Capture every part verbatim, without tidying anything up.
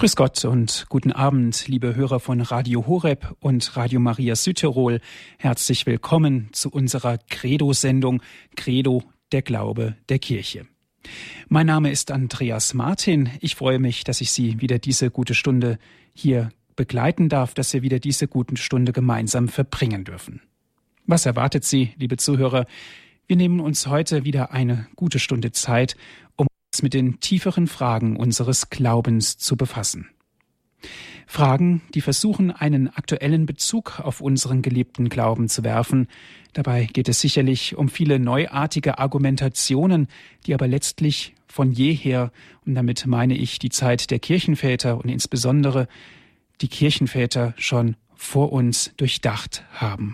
Grüß Gott und guten Abend, liebe Hörer von Radio Horeb und Radio Maria Südtirol. Herzlich willkommen zu unserer Credo-Sendung Credo, der Glaube der Kirche. Mein Name ist Andreas Martin. Ich freue mich, dass ich Sie wieder diese gute Stunde hier begleiten darf, dass wir wieder diese gute Stunde gemeinsam verbringen dürfen. Was erwartet Sie, liebe Zuhörer? Wir nehmen uns heute wieder eine gute Stunde Zeit, um uns mit den tieferen Fragen unseres Glaubens zu befassen. Fragen, die versuchen, einen aktuellen Bezug auf unseren gelebten Glauben zu werfen. Dabei geht es sicherlich um viele neuartige Argumentationen, die aber letztlich von jeher, und damit meine ich die Zeit der Kirchenväter und insbesondere die Kirchenväter schon vor uns durchdacht haben.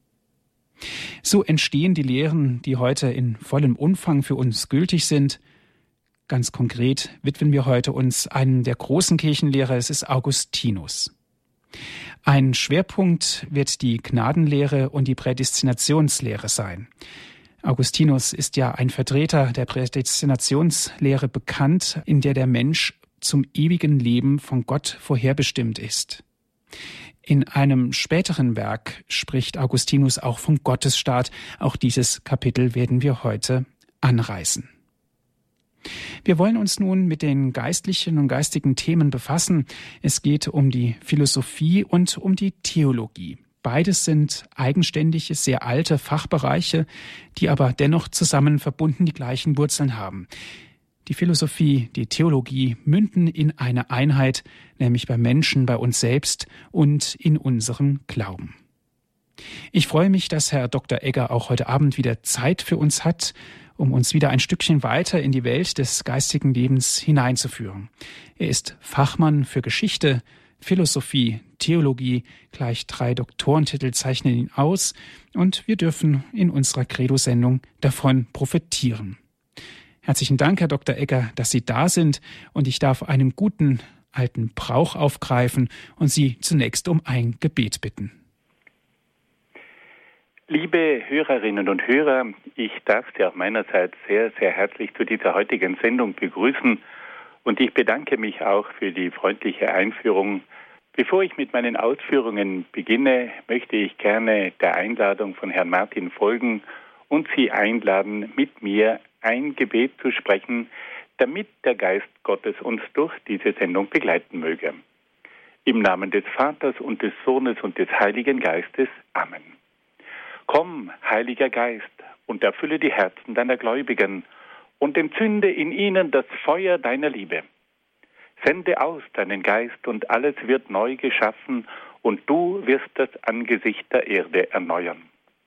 So entstehen die Lehren, die heute in vollem Umfang für uns gültig sind. Ganz konkret widmen wir heute uns einem der großen Kirchenlehrer, es ist Augustinus. Ein Schwerpunkt wird die Gnadenlehre und die Prädestinationslehre sein. Augustinus ist ja ein Vertreter der Prädestinationslehre bekannt, in der der Mensch zum ewigen Leben von Gott vorherbestimmt ist. In einem späteren Werk spricht Augustinus auch vom Gottesstaat. Auch dieses Kapitel werden wir heute anreißen. Wir wollen uns nun mit den geistlichen und geistigen Themen befassen. Es geht um die Philosophie und um die Theologie. Beides sind eigenständige, sehr alte Fachbereiche, die aber dennoch zusammen verbunden die gleichen Wurzeln haben. Die Philosophie, die Theologie münden in eine Einheit, nämlich beim Menschen, bei uns selbst und in unserem Glauben. Ich freue mich, dass Herr Doktor Egger auch heute Abend wieder Zeit für uns hat, um uns wieder ein Stückchen weiter in die Welt des geistigen Lebens hineinzuführen. Er ist Fachmann für Geschichte, Philosophie, Theologie, gleich drei Doktorentitel zeichnen ihn aus und wir dürfen in unserer Credo-Sendung davon profitieren. Herzlichen Dank, Herr Doktor Egger, dass Sie da sind und ich darf einen guten alten Brauch aufgreifen und Sie zunächst um ein Gebet bitten. Liebe Hörerinnen und Hörer, ich darf Sie auch meinerseits sehr, sehr herzlich zu dieser heutigen Sendung begrüßen und ich bedanke mich auch für die freundliche Einführung. Bevor ich mit meinen Ausführungen beginne, möchte ich gerne der Einladung von Herrn Martin folgen und Sie einladen, mit mir ein Gebet zu sprechen, damit der Geist Gottes uns durch diese Sendung begleiten möge. Im Namen des Vaters und des Sohnes und des Heiligen Geistes. Amen. Komm, Heiliger Geist, und erfülle die Herzen deiner Gläubigen und entzünde in ihnen das Feuer deiner Liebe. Sende aus deinen Geist und alles wird neu geschaffen und du wirst das Angesicht der Erde erneuern.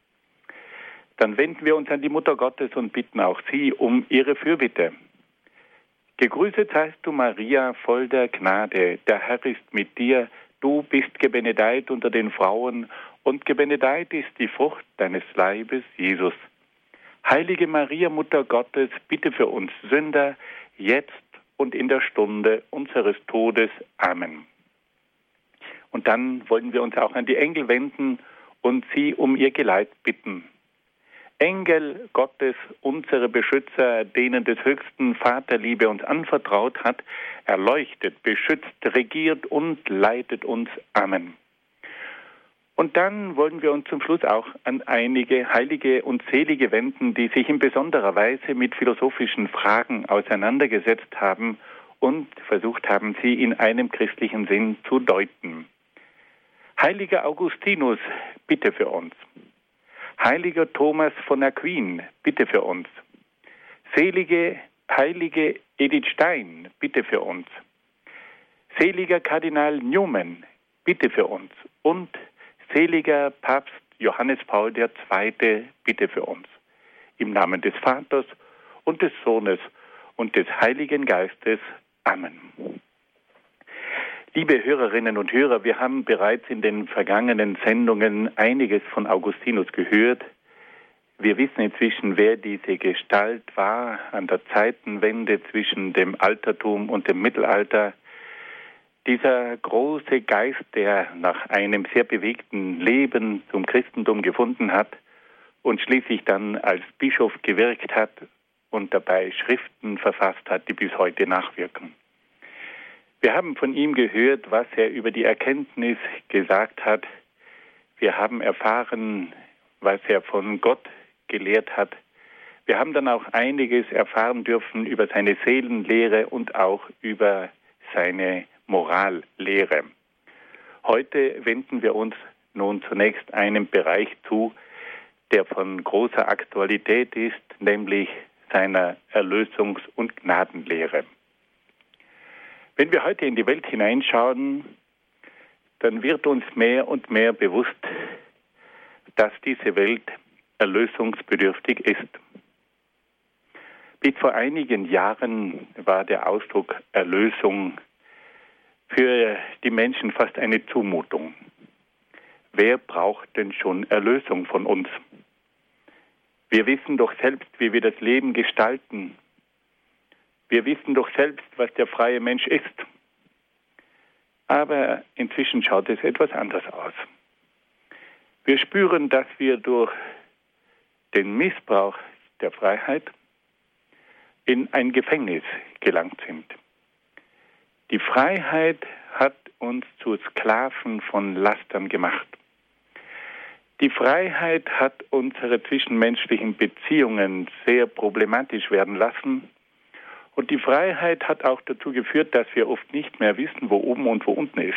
Dann wenden wir uns an die Mutter Gottes und bitten auch sie um ihre Fürbitte. Gegrüßet seist du, Maria, voll der Gnade, der Herr ist mit dir, du bist gebenedeit unter den Frauen und gebenedeit ist die Frucht deines Leibes, Jesus. Heilige Maria, Mutter Gottes, bitte für uns Sünder, jetzt und in der Stunde unseres Todes. Amen. Und dann wollen wir uns auch an die Engel wenden und sie um ihr Geleit bitten. Engel Gottes, unsere Beschützer, denen des höchsten Vaterliebe uns anvertraut hat, erleuchtet, beschützt, regiert und leitet uns. Amen. Und dann wollen wir uns zum Schluss auch an einige Heilige und Selige wenden, die sich in besonderer Weise mit philosophischen Fragen auseinandergesetzt haben und versucht haben, sie in einem christlichen Sinn zu deuten. Heiliger Augustinus, bitte für uns. Heiliger Thomas von Aquin, bitte für uns. Selige, heilige Edith Stein, bitte für uns. Seliger Kardinal Newman, bitte für uns. Und seliger Papst Johannes Paul der Zweite, bitte für uns. Im Namen des Vaters und des Sohnes und des Heiligen Geistes. Amen. Liebe Hörerinnen und Hörer, wir haben bereits in den vergangenen Sendungen einiges von Augustinus gehört. Wir wissen inzwischen, wer diese Gestalt war an der Zeitenwende zwischen dem Altertum und dem Mittelalter. Dieser große Geist, der nach einem sehr bewegten Leben zum Christentum gefunden hat und schließlich dann als Bischof gewirkt hat und dabei Schriften verfasst hat, die bis heute nachwirken. Wir haben von ihm gehört, was er über die Erkenntnis gesagt hat. Wir haben erfahren, was er von Gott gelehrt hat. Wir haben dann auch einiges erfahren dürfen über seine Seelenlehre und auch über seine Morallehre. Heute wenden wir uns nun zunächst einem Bereich zu, der von großer Aktualität ist, nämlich seiner Erlösungs- und Gnadenlehre. Wenn wir heute in die Welt hineinschauen, dann wird uns mehr und mehr bewusst, dass diese Welt erlösungsbedürftig ist. Bis vor einigen Jahren war der Ausdruck Erlösung für die Menschen fast eine Zumutung. Wer braucht denn schon Erlösung von uns? Wir wissen doch selbst, wie wir das Leben gestalten. Wir wissen doch selbst, was der freie Mensch ist. Aber inzwischen schaut es etwas anders aus. Wir spüren, dass wir durch den Missbrauch der Freiheit in ein Gefängnis gelangt sind. Die Freiheit hat uns zu Sklaven von Lastern gemacht. Die Freiheit hat unsere zwischenmenschlichen Beziehungen sehr problematisch werden lassen. Und die Freiheit hat auch dazu geführt, dass wir oft nicht mehr wissen, wo oben und wo unten ist.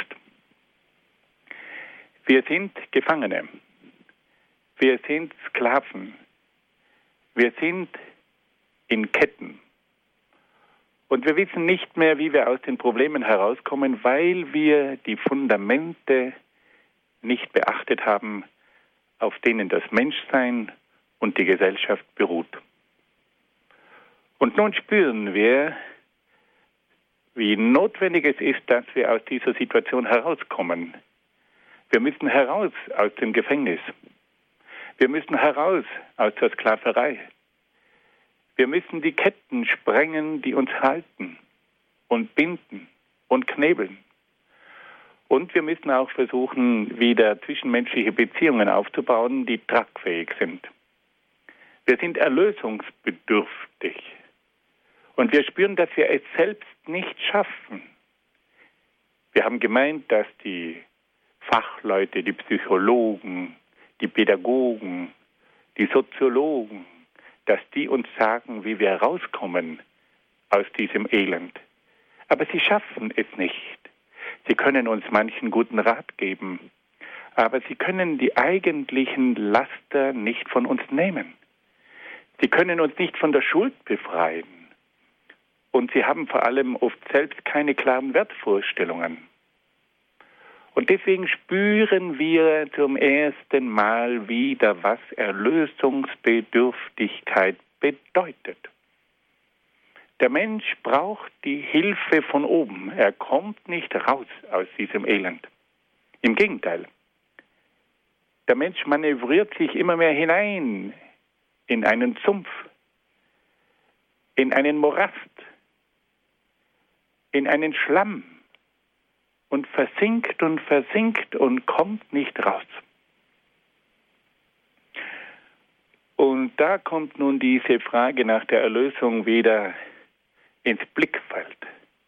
Wir sind Gefangene. Wir sind Sklaven. Wir sind in Ketten. Und wir wissen nicht mehr, wie wir aus den Problemen herauskommen, weil wir die Fundamente nicht beachtet haben, auf denen das Menschsein und die Gesellschaft beruht. Und nun spüren wir, wie notwendig es ist, dass wir aus dieser Situation herauskommen. Wir müssen heraus aus dem Gefängnis. Wir müssen heraus aus der Sklaverei. Wir müssen die Ketten sprengen, die uns halten und binden und knebeln. Und wir müssen auch versuchen, wieder zwischenmenschliche Beziehungen aufzubauen, die tragfähig sind. Wir sind erlösungsbedürftig. Und wir spüren, dass wir es selbst nicht schaffen. Wir haben gemeint, dass die Fachleute, die Psychologen, die Pädagogen, die Soziologen, dass die uns sagen, wie wir rauskommen aus diesem Elend. Aber sie schaffen es nicht. Sie können uns manchen guten Rat geben, aber sie können die eigentlichen Laster nicht von uns nehmen. Sie können uns nicht von der Schuld befreien. Und sie haben vor allem oft selbst keine klaren Wertvorstellungen. Und deswegen spüren wir zum ersten Mal wieder, was Erlösungsbedürftigkeit bedeutet. Der Mensch braucht die Hilfe von oben. Er kommt nicht raus aus diesem Elend. Im Gegenteil. Der Mensch manövriert sich immer mehr hinein in einen Sumpf, in einen Morast, in einen Schlamm und versinkt und versinkt und kommt nicht raus. Und da kommt nun diese Frage nach der Erlösung wieder ins Blickfeld.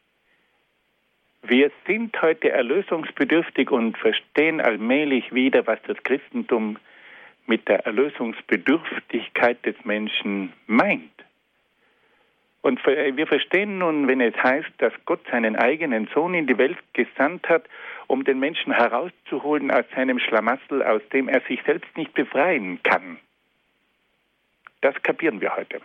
Wir sind heute erlösungsbedürftig und verstehen allmählich wieder, was das Christentum mit der Erlösungsbedürftigkeit des Menschen meint. Und wir verstehen nun, wenn es heißt, dass Gott seinen eigenen Sohn in die Welt gesandt hat, um den Menschen herauszuholen aus seinem Schlamassel, aus dem er sich selbst nicht befreien kann. Das kapieren wir heute.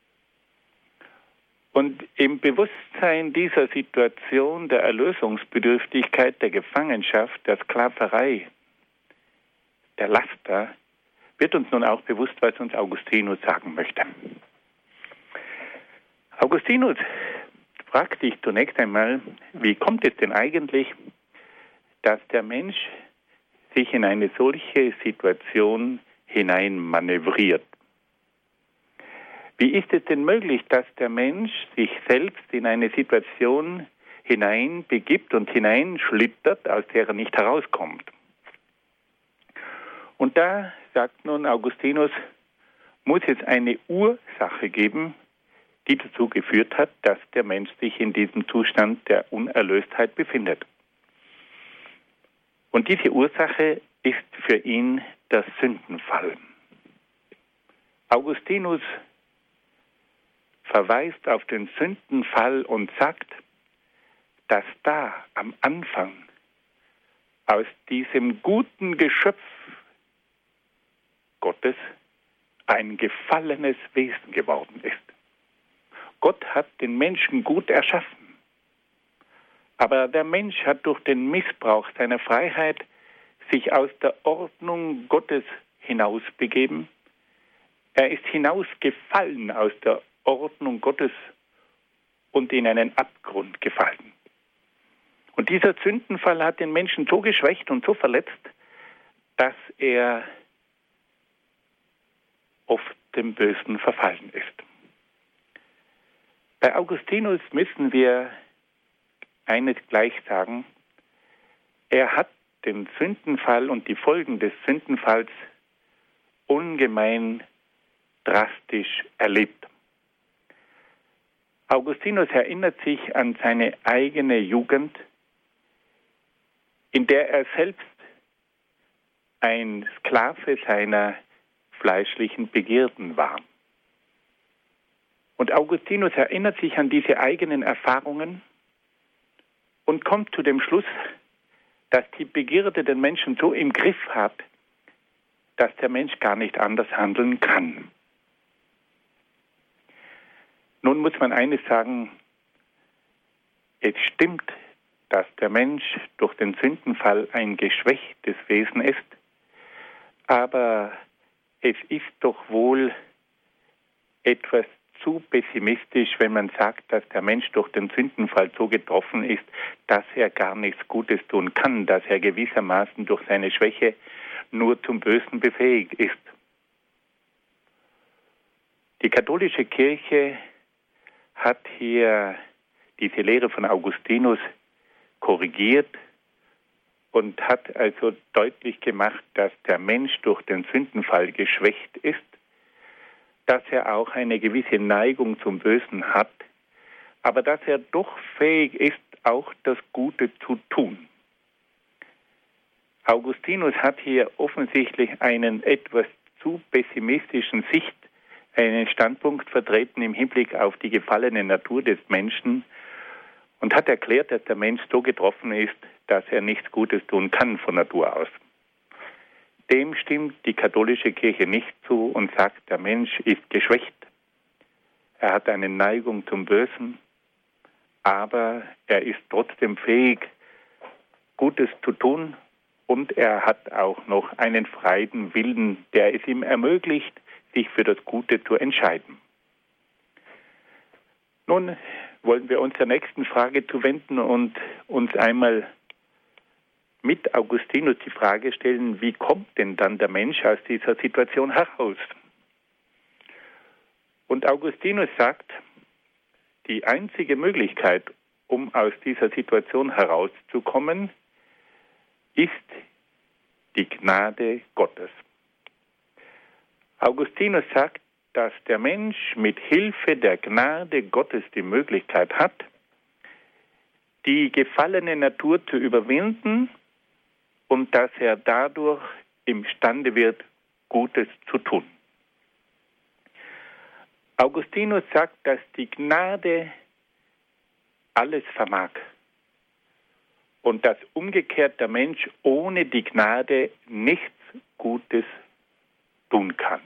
Und im Bewusstsein dieser Situation der Erlösungsbedürftigkeit, der Gefangenschaft, der Sklaverei, der Laster, wird uns nun auch bewusst, was uns Augustinus sagen möchte. Augustinus fragt sich zunächst einmal, wie kommt es denn eigentlich, dass der Mensch sich in eine solche Situation hineinmanövriert? Wie ist es denn möglich, dass der Mensch sich selbst in eine Situation hineinbegibt und hineinschlittert, aus der er nicht herauskommt? Und da, sagt nun Augustinus, muss es eine Ursache geben, die dazu geführt hat, dass der Mensch sich in diesem Zustand der Unerlöstheit befindet. Und diese Ursache ist für ihn der Sündenfall. Augustinus verweist auf den Sündenfall und sagt, dass da am Anfang aus diesem guten Geschöpf Gottes ein gefallenes Wesen geworden ist. Gott hat den Menschen gut erschaffen, aber der Mensch hat durch den Missbrauch seiner Freiheit sich aus der Ordnung Gottes hinausbegeben. Er ist hinausgefallen aus der Ordnung Gottes und in einen Abgrund gefallen. Und dieser Sündenfall hat den Menschen so geschwächt und so verletzt, dass er oft dem Bösen verfallen ist. Bei Augustinus müssen wir eines gleich sagen: Er hat den Sündenfall und die Folgen des Sündenfalls ungemein drastisch erlebt. Augustinus erinnert sich an seine eigene Jugend, in der er selbst ein Sklave seiner fleischlichen Begierden war. Und Augustinus erinnert sich an diese eigenen Erfahrungen und kommt zu dem Schluss, dass die Begierde den Menschen so im Griff hat, dass der Mensch gar nicht anders handeln kann. Nun muss man eines sagen: Es stimmt, dass der Mensch durch den Sündenfall ein geschwächtes Wesen ist, aber es ist doch wohl etwas zu pessimistisch, wenn man sagt, dass der Mensch durch den Sündenfall so getroffen ist, dass er gar nichts Gutes tun kann, dass er gewissermaßen durch seine Schwäche nur zum Bösen befähigt ist. Die katholische Kirche hat hier diese Lehre von Augustinus korrigiert und hat also deutlich gemacht, dass der Mensch durch den Sündenfall geschwächt ist, dass er auch eine gewisse Neigung zum Bösen hat, aber dass er doch fähig ist, auch das Gute zu tun. Augustinus hat hier offensichtlich einen etwas zu pessimistischen Sicht, einen Standpunkt vertreten im Hinblick auf die gefallene Natur des Menschen und hat erklärt, dass der Mensch so getroffen ist, dass er nichts Gutes tun kann von Natur aus. Dem stimmt die katholische Kirche nicht zu und sagt, der Mensch ist geschwächt. Er hat eine Neigung zum Bösen, aber er ist trotzdem fähig, Gutes zu tun, und er hat auch noch einen freien Willen, der es ihm ermöglicht, sich für das Gute zu entscheiden. Nun wollen wir uns der nächsten Frage zuwenden und uns einmal mit Augustinus die Frage stellen: Wie kommt denn dann der Mensch aus dieser Situation heraus? Und Augustinus sagt, die einzige Möglichkeit, um aus dieser Situation herauszukommen, ist die Gnade Gottes. Augustinus sagt, dass der Mensch mit Hilfe der Gnade Gottes die Möglichkeit hat, die gefallene Natur zu überwinden und dass er dadurch imstande wird, Gutes zu tun. Augustinus sagt, dass die Gnade alles vermag und dass umgekehrt der Mensch ohne die Gnade nichts Gutes tun kann.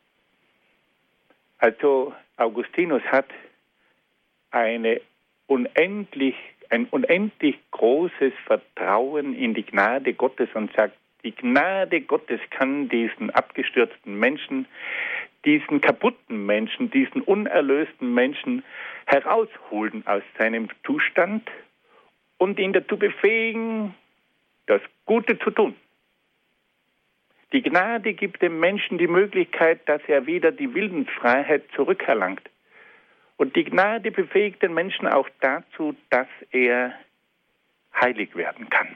Also Augustinus hat eine unendlich, ein unendlich großes Vertrauen in die Gnade Gottes und sagt, die Gnade Gottes kann diesen abgestürzten Menschen, diesen kaputten Menschen, diesen unerlösten Menschen herausholen aus seinem Zustand und ihn dazu befähigen, das Gute zu tun. Die Gnade gibt dem Menschen die Möglichkeit, dass er wieder die Willensfreiheit zurückerlangt. Und die Gnade befähigt den Menschen auch dazu, dass er heilig werden kann.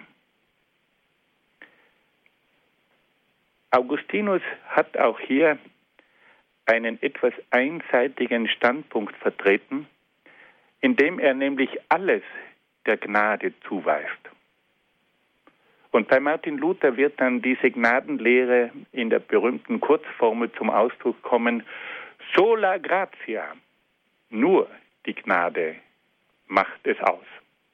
Augustinus hat auch hier einen etwas einseitigen Standpunkt vertreten, indem er nämlich alles der Gnade zuweist. Und bei Martin Luther wird dann diese Gnadenlehre in der berühmten Kurzformel zum Ausdruck kommen: Sola gratia, nur die Gnade macht es aus.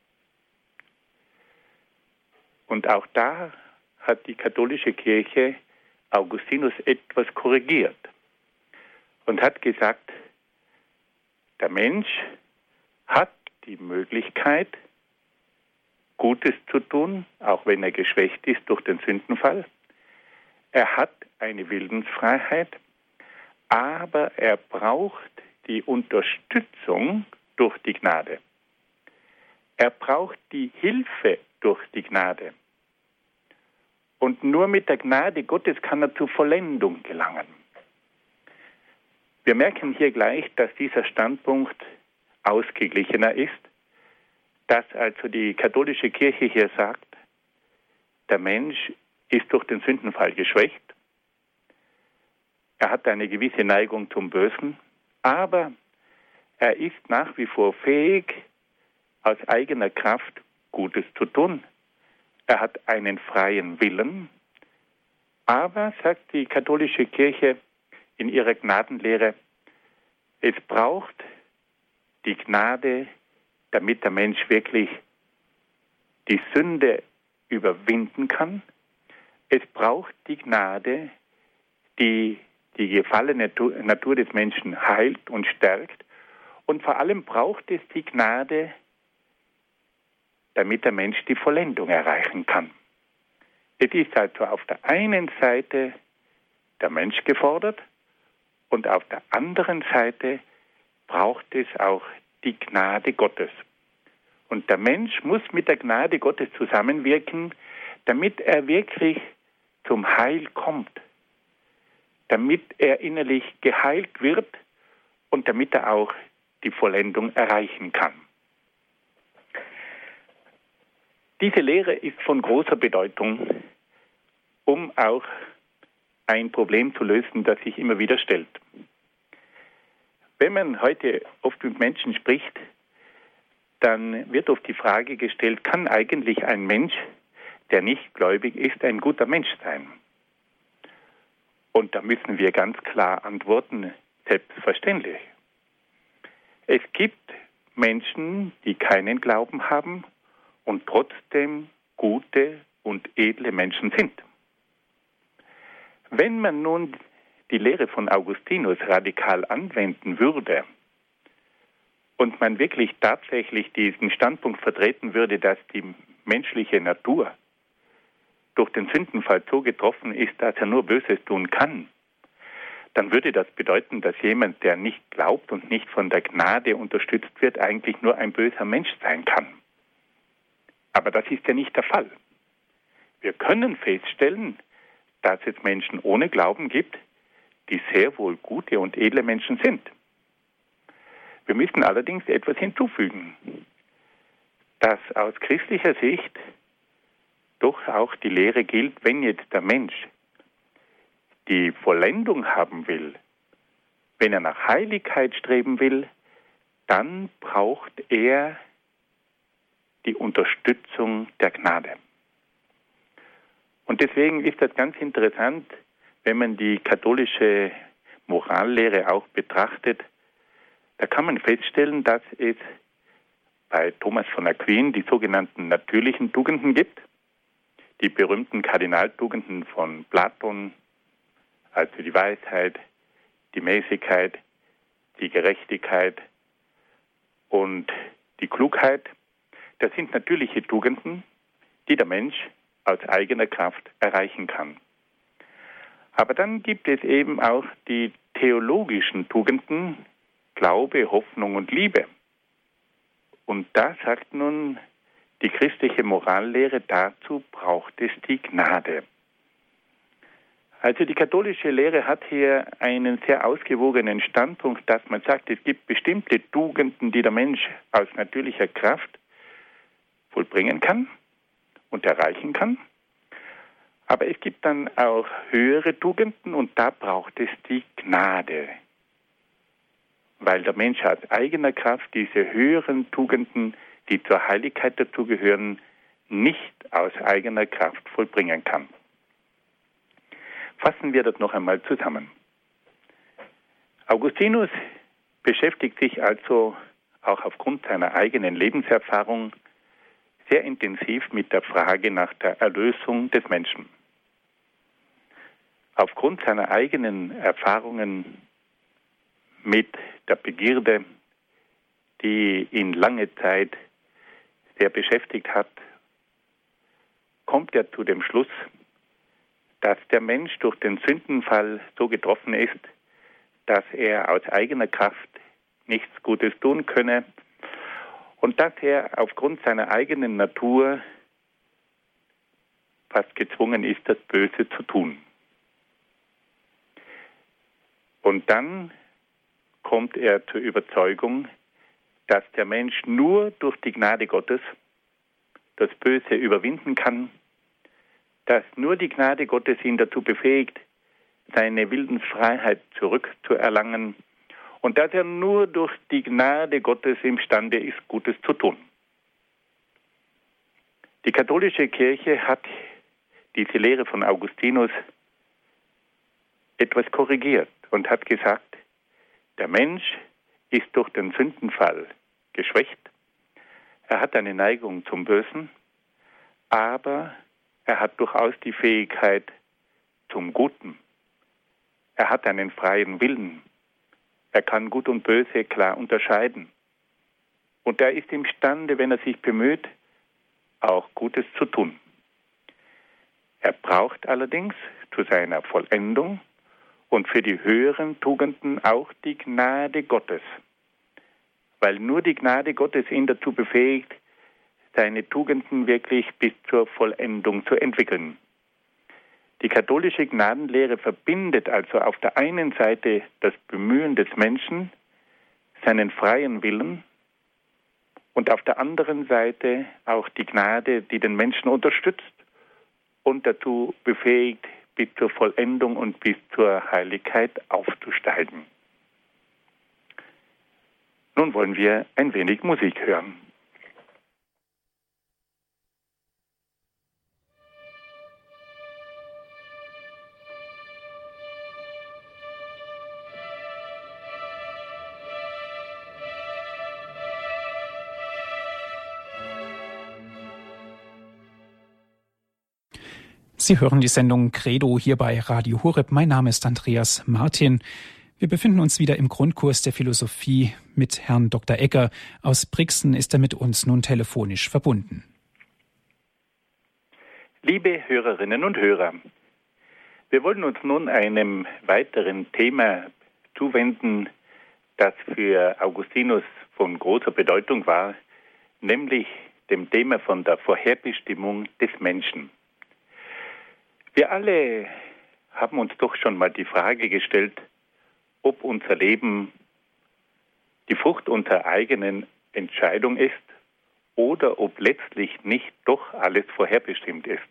Und auch da hat die katholische Kirche Augustinus etwas korrigiert und hat gesagt, der Mensch hat die Möglichkeit, Gutes zu tun, auch wenn er geschwächt ist durch den Sündenfall. Er hat eine Willensfreiheit, aber er braucht die Unterstützung durch die Gnade. Er braucht die Hilfe durch die Gnade. Und nur mit der Gnade Gottes kann er zur Vollendung gelangen. Wir merken hier gleich, dass dieser Standpunkt ausgeglichener ist, dass also die katholische Kirche hier sagt, der Mensch ist durch den Sündenfall geschwächt, er hat eine gewisse Neigung zum Bösen, aber er ist nach wie vor fähig, aus eigener Kraft Gutes zu tun. Er hat einen freien Willen, aber, sagt die katholische Kirche in ihrer Gnadenlehre, es braucht die Gnade, damit der Mensch wirklich die Sünde überwinden kann. Es braucht die Gnade, die die gefallene Natur des Menschen heilt und stärkt. Und vor allem braucht es die Gnade, damit der Mensch die Vollendung erreichen kann. Es ist also auf der einen Seite der Mensch gefordert und auf der anderen Seite braucht es auch die Gnade Gottes. Und der Mensch muss mit der Gnade Gottes zusammenwirken, damit er wirklich zum Heil kommt, damit er innerlich geheilt wird und damit er auch die Vollendung erreichen kann. Diese Lehre ist von großer Bedeutung, um auch ein Problem zu lösen, das sich immer wieder stellt. Wenn man heute oft mit Menschen spricht, dann wird oft die Frage gestellt, kann eigentlich ein Mensch, der nicht gläubig ist, ein guter Mensch sein? Und da müssen wir ganz klar antworten, selbstverständlich. Es gibt Menschen, die keinen Glauben haben und trotzdem gute und edle Menschen sind. Wenn man nun die Lehre von Augustinus radikal anwenden würde und man wirklich tatsächlich diesen Standpunkt vertreten würde, dass die menschliche Natur durch den Sündenfall so getroffen ist, dass er nur Böses tun kann, dann würde das bedeuten, dass jemand, der nicht glaubt und nicht von der Gnade unterstützt wird, eigentlich nur ein böser Mensch sein kann. Aber das ist ja nicht der Fall. Wir können feststellen, dass es Menschen ohne Glauben gibt, die sehr wohl gute und edle Menschen sind. Wir müssen allerdings etwas hinzufügen, dass aus christlicher Sicht doch auch die Lehre gilt, wenn jetzt der Mensch die Vollendung haben will, wenn er nach Heiligkeit streben will, dann braucht er die Unterstützung der Gnade. Und deswegen ist das ganz interessant, wenn man die katholische Morallehre auch betrachtet, da kann man feststellen, dass es bei Thomas von Aquin die sogenannten natürlichen Tugenden gibt, die berühmten Kardinaltugenden von Platon, also die Weisheit, die Mäßigkeit, die Gerechtigkeit und die Klugheit. Das sind natürliche Tugenden, die der Mensch aus eigener Kraft erreichen kann. Aber dann gibt es eben auch die theologischen Tugenden, Glaube, Hoffnung und Liebe. Und da sagt nun die christliche Morallehre, dazu braucht es die Gnade. Also die katholische Lehre hat hier einen sehr ausgewogenen Standpunkt, dass man sagt, es gibt bestimmte Tugenden, die der Mensch aus natürlicher Kraft vollbringen kann und erreichen kann. Aber es gibt dann auch höhere Tugenden und da braucht es die Gnade. Weil der Mensch aus eigener Kraft diese höheren Tugenden, die zur Heiligkeit dazugehören, nicht aus eigener Kraft vollbringen kann. Fassen wir das noch einmal zusammen. Augustinus beschäftigt sich also auch aufgrund seiner eigenen Lebenserfahrung sehr intensiv mit der Frage nach der Erlösung des Menschen. Aufgrund seiner eigenen Erfahrungen mit der Begierde, die ihn lange Zeit sehr beschäftigt hat, kommt er zu dem Schluss, dass der Mensch durch den Sündenfall so getroffen ist, dass er aus eigener Kraft nichts Gutes tun könne und dass er aufgrund seiner eigenen Natur fast gezwungen ist, das Böse zu tun. Und dann kommt er zur Überzeugung, dass der Mensch nur durch die Gnade Gottes das Böse überwinden kann, dass nur die Gnade Gottes ihn dazu befähigt, seine Willensfreiheit zurückzuerlangen und dass er nur durch die Gnade Gottes imstande ist, Gutes zu tun. Die katholische Kirche hat diese Lehre von Augustinus etwas korrigiert und hat gesagt, der Mensch ist durch den Sündenfall geschwächt, er hat eine Neigung zum Bösen, aber er hat durchaus die Fähigkeit zum Guten. Er hat einen freien Willen. Er kann Gut und Böse klar unterscheiden. Und er ist imstande, wenn er sich bemüht, auch Gutes zu tun. Er braucht allerdings zu seiner Vollendung und für die höheren Tugenden auch die Gnade Gottes. Weil nur die Gnade Gottes ihn dazu befähigt, seine Tugenden wirklich bis zur Vollendung zu entwickeln. Die katholische Gnadenlehre verbindet also auf der einen Seite das Bemühen des Menschen, seinen freien Willen, und auf der anderen Seite auch die Gnade, die den Menschen unterstützt und dazu befähigt, bis zur Vollendung und bis zur Heiligkeit aufzusteigen. Nun wollen wir ein wenig Musik hören. Sie hören die Sendung Credo hier bei Radio Horeb. Mein Name ist Andreas Martin. Wir befinden uns wieder im Grundkurs der Philosophie mit Herrn Doktor Egger. Aus Brixen ist er mit uns nun telefonisch verbunden. Liebe Hörerinnen und Hörer, wir wollen uns nun einem weiteren Thema zuwenden, das für Augustinus von großer Bedeutung war, nämlich dem Thema von der Vorherbestimmung des Menschen. Wir alle haben uns doch schon mal die Frage gestellt, ob unser Leben die Frucht unserer eigenen Entscheidung ist oder ob letztlich nicht doch alles vorherbestimmt ist.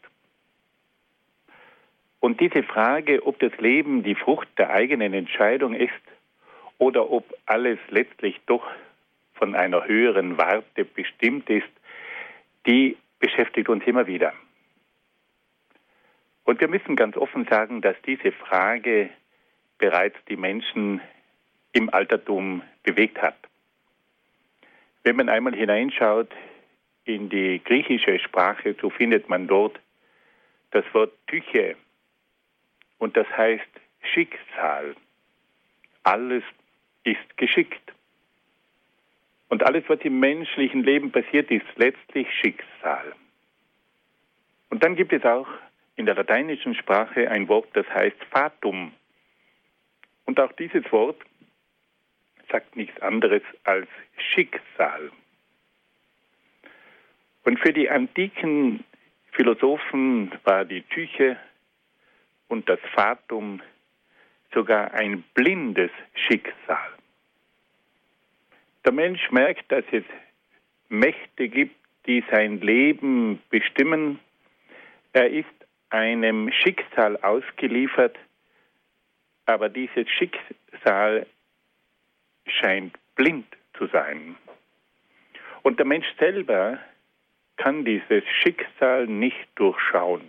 Und diese Frage, ob das Leben die Frucht der eigenen Entscheidung ist oder ob alles letztlich doch von einer höheren Warte bestimmt ist, die beschäftigt uns immer wieder. Und wir müssen ganz offen sagen, dass diese Frage bereits die Menschen im Altertum bewegt hat. Wenn man einmal hineinschaut in die griechische Sprache, so findet man dort das Wort Tyche und das heißt Schicksal. Alles ist geschickt. Und alles, was im menschlichen Leben passiert, ist letztlich Schicksal. Und dann gibt es auch in der lateinischen Sprache ein Wort, das heißt Fatum. Und auch dieses Wort sagt nichts anderes als Schicksal. Und für die antiken Philosophen war die Tyche und das Fatum sogar ein blindes Schicksal. Der Mensch merkt, dass es Mächte gibt, die sein Leben bestimmen. Er ist einem Schicksal ausgeliefert, aber dieses Schicksal scheint blind zu sein. Und der Mensch selber kann dieses Schicksal nicht durchschauen.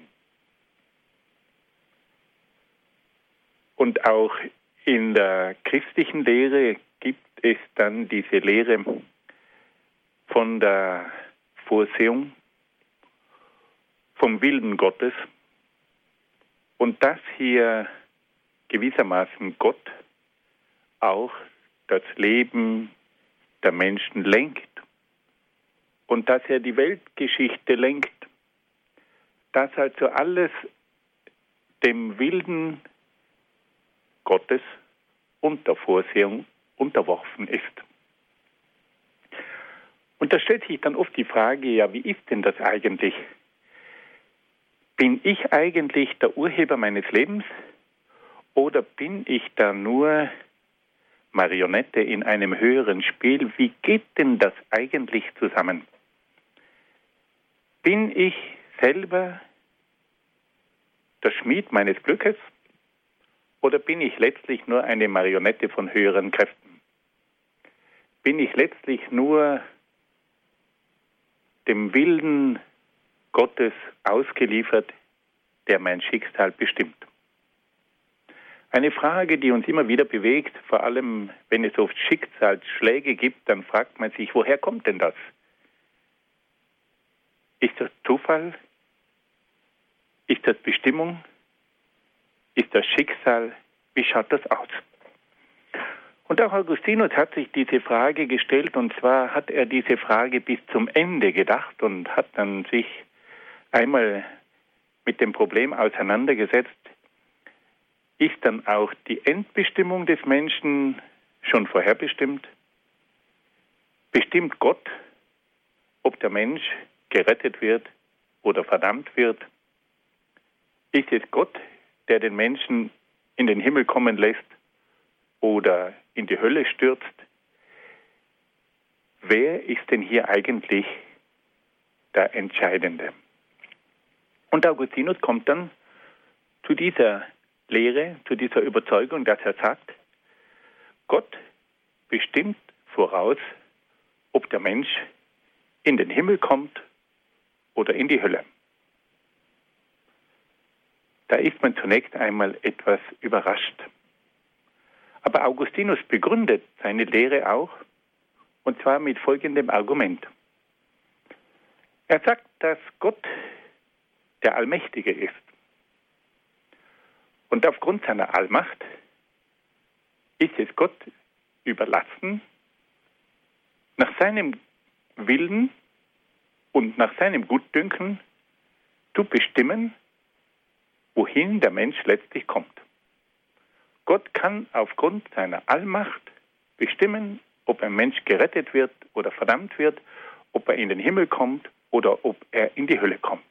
Und auch in der christlichen Lehre gibt es dann diese Lehre von der Vorsehung, vom Willen Gottes, und dass hier gewissermaßen Gott auch das Leben der Menschen lenkt und dass er die Weltgeschichte lenkt, dass also alles dem Willen Gottes und der Vorsehung unterworfen ist. Und da stellt sich dann oft die Frage, ja, wie ist denn das eigentlich? Bin ich eigentlich der Urheber meines Lebens oder bin ich da nur Marionette in einem höheren Spiel? Wie geht denn das eigentlich zusammen? Bin ich selber der Schmied meines Glückes oder bin ich letztlich nur eine Marionette von höheren Kräften? Bin ich letztlich nur dem Willen Gottes ausgeliefert, der mein Schicksal bestimmt? Eine Frage, die uns immer wieder bewegt, vor allem wenn es oft Schicksalsschläge gibt, dann fragt man sich, woher kommt denn das? Ist das Zufall? Ist das Bestimmung? Ist das Schicksal? Wie schaut das aus? Und auch Augustinus hat sich diese Frage gestellt, und zwar hat er diese Frage bis zum Ende gedacht und hat dann sich einmal mit dem Problem auseinandergesetzt, ist dann auch die Endbestimmung des Menschen schon vorherbestimmt? Bestimmt Gott, ob der Mensch gerettet wird oder verdammt wird? Ist es Gott, der den Menschen in den Himmel kommen lässt oder in die Hölle stürzt? Wer ist denn hier eigentlich der Entscheidende? Und Augustinus kommt dann zu dieser Lehre, zu dieser Überzeugung, dass er sagt, Gott bestimmt voraus, ob der Mensch in den Himmel kommt oder in die Hölle. Da ist man zunächst einmal etwas überrascht. Aber Augustinus begründet seine Lehre auch, und zwar mit folgendem Argument. Er sagt, dass Gott der Allmächtige ist. Und aufgrund seiner Allmacht ist es Gott überlassen, nach seinem Willen und nach seinem Gutdünken zu bestimmen, wohin der Mensch letztlich kommt. Gott kann aufgrund seiner Allmacht bestimmen, ob ein Mensch gerettet wird oder verdammt wird, ob er in den Himmel kommt oder ob er in die Hölle kommt.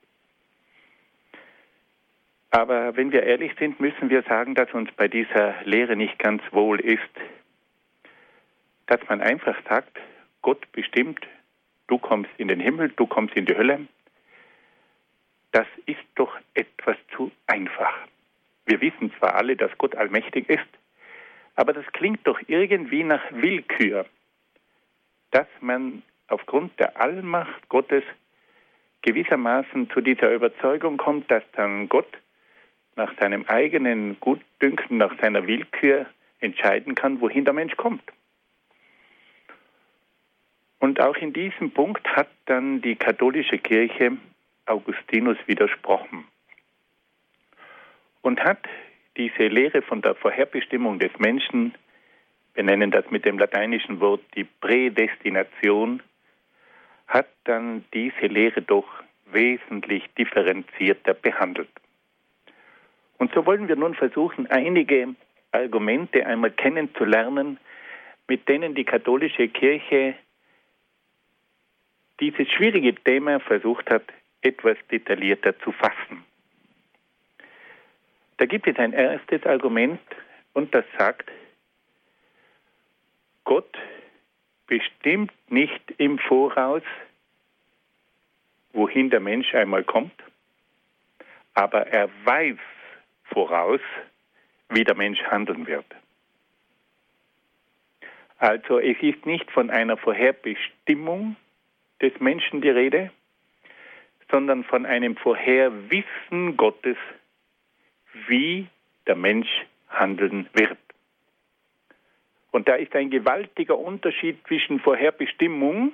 Aber wenn wir ehrlich sind, müssen wir sagen, dass uns bei dieser Lehre nicht ganz wohl ist, dass man einfach sagt, Gott bestimmt, du kommst in den Himmel, du kommst in die Hölle. Das ist doch etwas zu einfach. Wir wissen zwar alle, dass Gott allmächtig ist, aber das klingt doch irgendwie nach Willkür, dass man aufgrund der Allmacht Gottes gewissermaßen zu dieser Überzeugung kommt, dass dann Gott nach seinem eigenen Gutdünken, nach seiner Willkür entscheiden kann, wohin der Mensch kommt. Und auch in diesem Punkt hat dann die katholische Kirche Augustinus widersprochen und hat diese Lehre von der Vorherbestimmung des Menschen, wir nennen das mit dem lateinischen Wort die Prädestination, hat dann diese Lehre doch wesentlich differenzierter behandelt. Und so wollen wir nun versuchen, einige Argumente einmal kennenzulernen, mit denen die katholische Kirche dieses schwierige Thema versucht hat, etwas detaillierter zu fassen. Da gibt es ein erstes Argument, und das sagt, Gott bestimmt nicht im Voraus, wohin der Mensch einmal kommt, aber er weiß voraus, wie der Mensch handeln wird. Also es ist nicht von einer Vorherbestimmung des Menschen die Rede, sondern von einem Vorherwissen Gottes, wie der Mensch handeln wird. Und da ist ein gewaltiger Unterschied zwischen Vorherbestimmung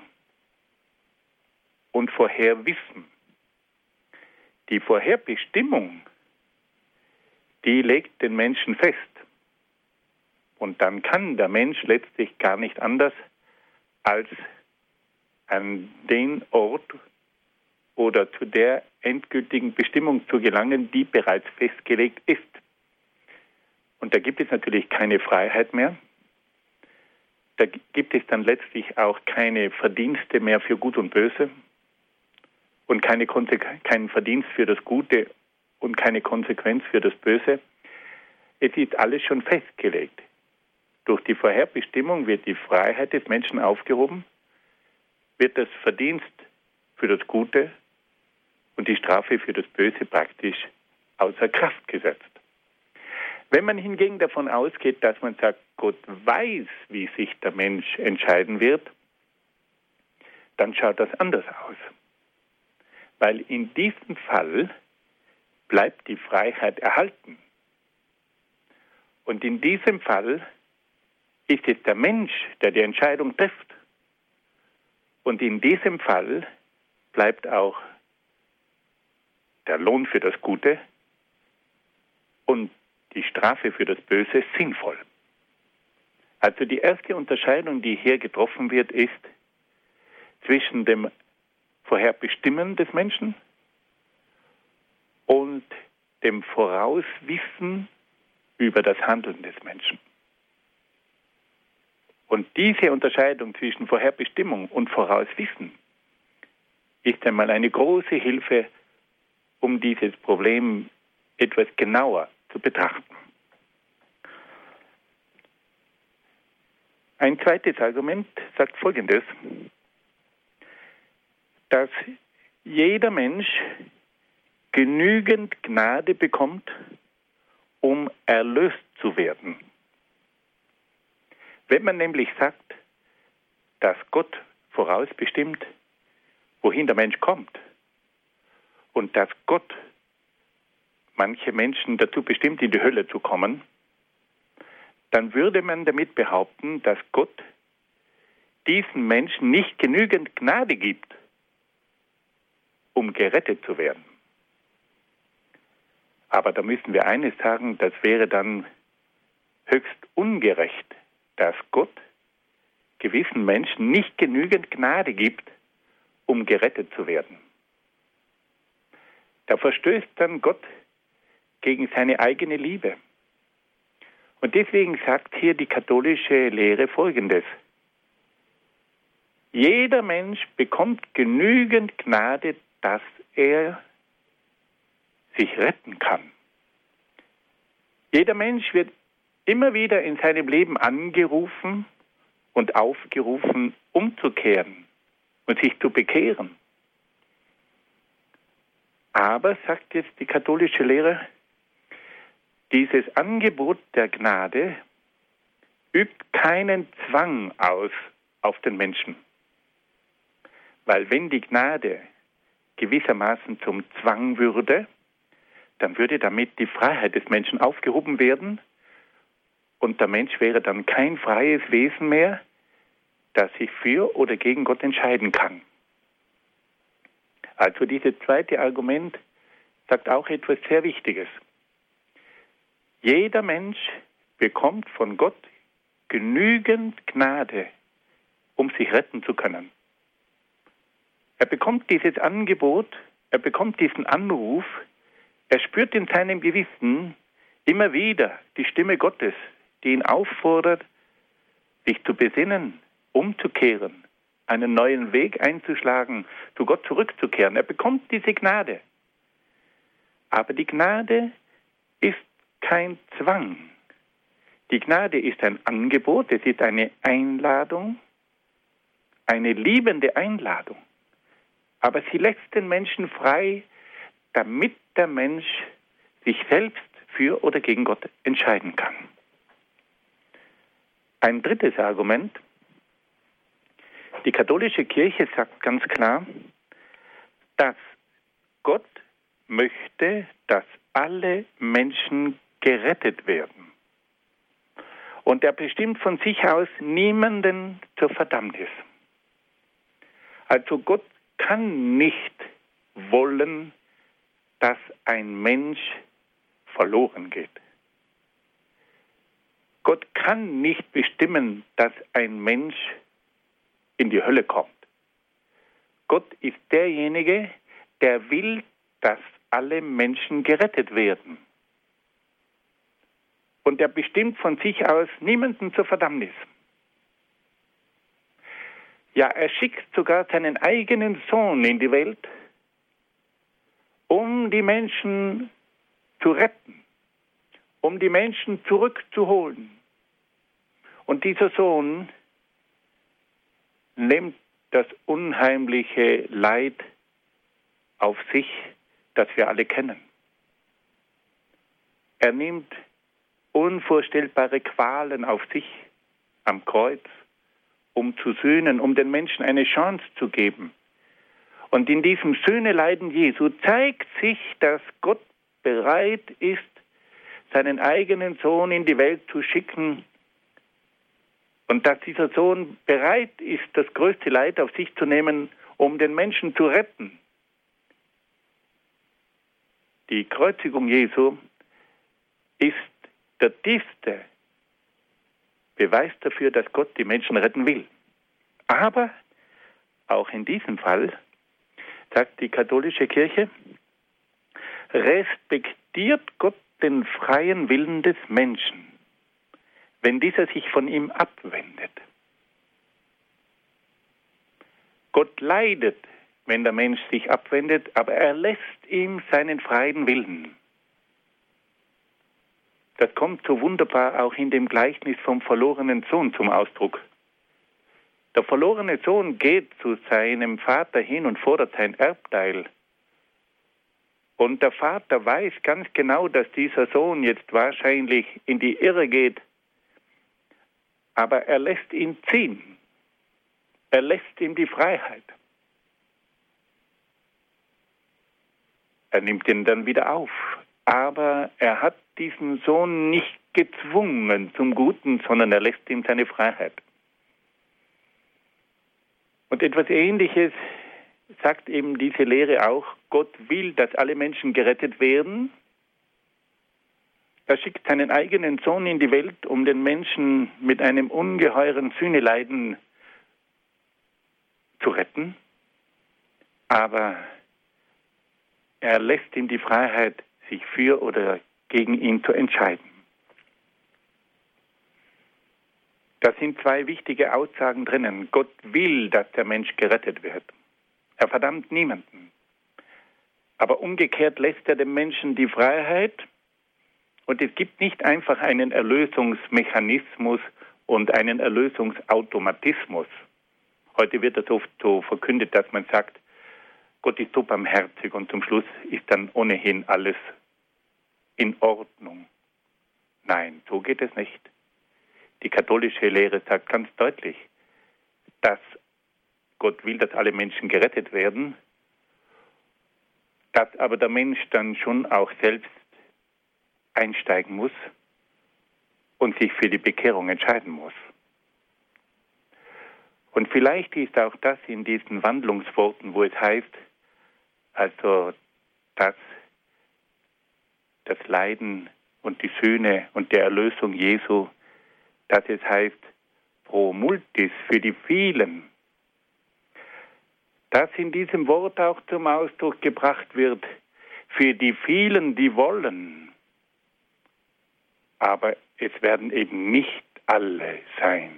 und Vorherwissen. Die Vorherbestimmung, die legt den Menschen fest. Und dann kann der Mensch letztlich gar nicht anders, als an den Ort oder zu der endgültigen Bestimmung zu gelangen, die bereits festgelegt ist. Und da gibt es natürlich keine Freiheit mehr. Da gibt es dann letztlich auch keine Verdienste mehr für Gut und Böse und keine Konse- keinen Verdienst für das Gute und keine Konsequenz für das Böse. Es ist alles schon festgelegt. Durch die Vorherbestimmung wird die Freiheit des Menschen aufgehoben, wird das Verdienst für das Gute und die Strafe für das Böse praktisch außer Kraft gesetzt. Wenn man hingegen davon ausgeht, dass man sagt, Gott weiß, wie sich der Mensch entscheiden wird, dann schaut das anders aus. Weil in diesem Fall bleibt die Freiheit erhalten. Und in diesem Fall ist es der Mensch, der die Entscheidung trifft. Und in diesem Fall bleibt auch der Lohn für das Gute und die Strafe für das Böse sinnvoll. Also die erste Unterscheidung, die hier getroffen wird, ist zwischen dem Vorherbestimmen des Menschen und dem Vorauswissen über das Handeln des Menschen. Und diese Unterscheidung zwischen Vorherbestimmung und Vorauswissen ist einmal eine große Hilfe, um dieses Problem etwas genauer zu betrachten. Ein zweites Argument sagt Folgendes, dass jeder Mensch genügend Gnade bekommt, um erlöst zu werden. Wenn man nämlich sagt, dass Gott vorausbestimmt, wohin der Mensch kommt, und dass Gott manche Menschen dazu bestimmt, in die Hölle zu kommen, dann würde man damit behaupten, dass Gott diesen Menschen nicht genügend Gnade gibt, um gerettet zu werden. Aber da müssen wir eines sagen, das wäre dann höchst ungerecht, dass Gott gewissen Menschen nicht genügend Gnade gibt, um gerettet zu werden. Da verstößt dann Gott gegen seine eigene Liebe. Und deswegen sagt hier die katholische Lehre Folgendes. Jeder Mensch bekommt genügend Gnade, dass er sich retten kann. Jeder Mensch wird immer wieder in seinem Leben angerufen und aufgerufen, umzukehren und sich zu bekehren. Aber, sagt jetzt die katholische Lehre, dieses Angebot der Gnade übt keinen Zwang aus auf den Menschen. Weil wenn die Gnade gewissermaßen zum Zwang würde, dann würde damit die Freiheit des Menschen aufgehoben werden und der Mensch wäre dann kein freies Wesen mehr, das sich für oder gegen Gott entscheiden kann. Also dieses zweite Argument sagt auch etwas sehr Wichtiges. Jeder Mensch bekommt von Gott genügend Gnade, um sich retten zu können. Er bekommt dieses Angebot, er bekommt diesen Anruf, er spürt in seinem Gewissen immer wieder die Stimme Gottes, die ihn auffordert, sich zu besinnen, umzukehren, einen neuen Weg einzuschlagen, zu Gott zurückzukehren. Er bekommt diese Gnade. Aber die Gnade ist kein Zwang. Die Gnade ist ein Angebot, es ist eine Einladung, eine liebende Einladung. Aber sie lässt den Menschen frei, damit der Mensch sich selbst für oder gegen Gott entscheiden kann. Ein drittes Argument. Die katholische Kirche sagt ganz klar, dass Gott möchte, dass alle Menschen gerettet werden. Und er bestimmt von sich aus niemanden zur Verdammnis. Also Gott kann nicht wollen, dass ein Mensch verloren geht. Gott kann nicht bestimmen, dass ein Mensch in die Hölle kommt. Gott ist derjenige, der will, dass alle Menschen gerettet werden. Und er bestimmt von sich aus niemanden zur Verdammnis. Ja, er schickt sogar seinen eigenen Sohn in die Welt, um die Menschen zu retten, um die Menschen zurückzuholen. Und dieser Sohn nimmt das unheimliche Leid auf sich, das wir alle kennen. Er nimmt unvorstellbare Qualen auf sich am Kreuz, um zu sühnen, um den Menschen eine Chance zu geben. Und in diesem Sühneleiden Jesu zeigt sich, dass Gott bereit ist, seinen eigenen Sohn in die Welt zu schicken und dass dieser Sohn bereit ist, das größte Leid auf sich zu nehmen, um den Menschen zu retten. Die Kreuzigung Jesu ist der tiefste Beweis dafür, dass Gott die Menschen retten will. Aber auch in diesem Fall, sagt die katholische Kirche, respektiert Gott den freien Willen des Menschen, wenn dieser sich von ihm abwendet. Gott leidet, wenn der Mensch sich abwendet, aber er lässt ihm seinen freien Willen. Das kommt so wunderbar auch in dem Gleichnis vom verlorenen Sohn zum Ausdruck. Der verlorene Sohn geht zu seinem Vater hin und fordert sein Erbteil. Und der Vater weiß ganz genau, dass dieser Sohn jetzt wahrscheinlich in die Irre geht. Aber er lässt ihn ziehen. Er lässt ihm die Freiheit. Er nimmt ihn dann wieder auf. Aber er hat diesen Sohn nicht gezwungen zum Guten, sondern er lässt ihm seine Freiheit. Und etwas Ähnliches sagt eben diese Lehre auch. Gott will, dass alle Menschen gerettet werden. Er schickt seinen eigenen Sohn in die Welt, um den Menschen mit einem ungeheuren Sühneleiden zu retten. Aber er lässt ihm die Freiheit, sich für oder gegen ihn zu entscheiden. Da sind zwei wichtige Aussagen drinnen. Gott will, dass der Mensch gerettet wird. Er verdammt niemanden. Aber umgekehrt lässt er dem Menschen die Freiheit. Und es gibt nicht einfach einen Erlösungsmechanismus und einen Erlösungsautomatismus. Heute wird das oft so verkündet, dass man sagt, Gott ist so barmherzig und zum Schluss ist dann ohnehin alles in Ordnung. Nein, so geht es nicht. Die katholische Lehre sagt ganz deutlich, dass Gott will, dass alle Menschen gerettet werden, dass aber der Mensch dann schon auch selbst einsteigen muss und sich für die Bekehrung entscheiden muss. Und vielleicht ist auch das in diesen Wandlungsworten, wo es heißt, also dass das Leiden und die Sühne und der Erlösung Jesu, dass es heißt, pro multis, für die vielen, dass in diesem Wort auch zum Ausdruck gebracht wird, für die vielen, die wollen. Aber es werden eben nicht alle sein.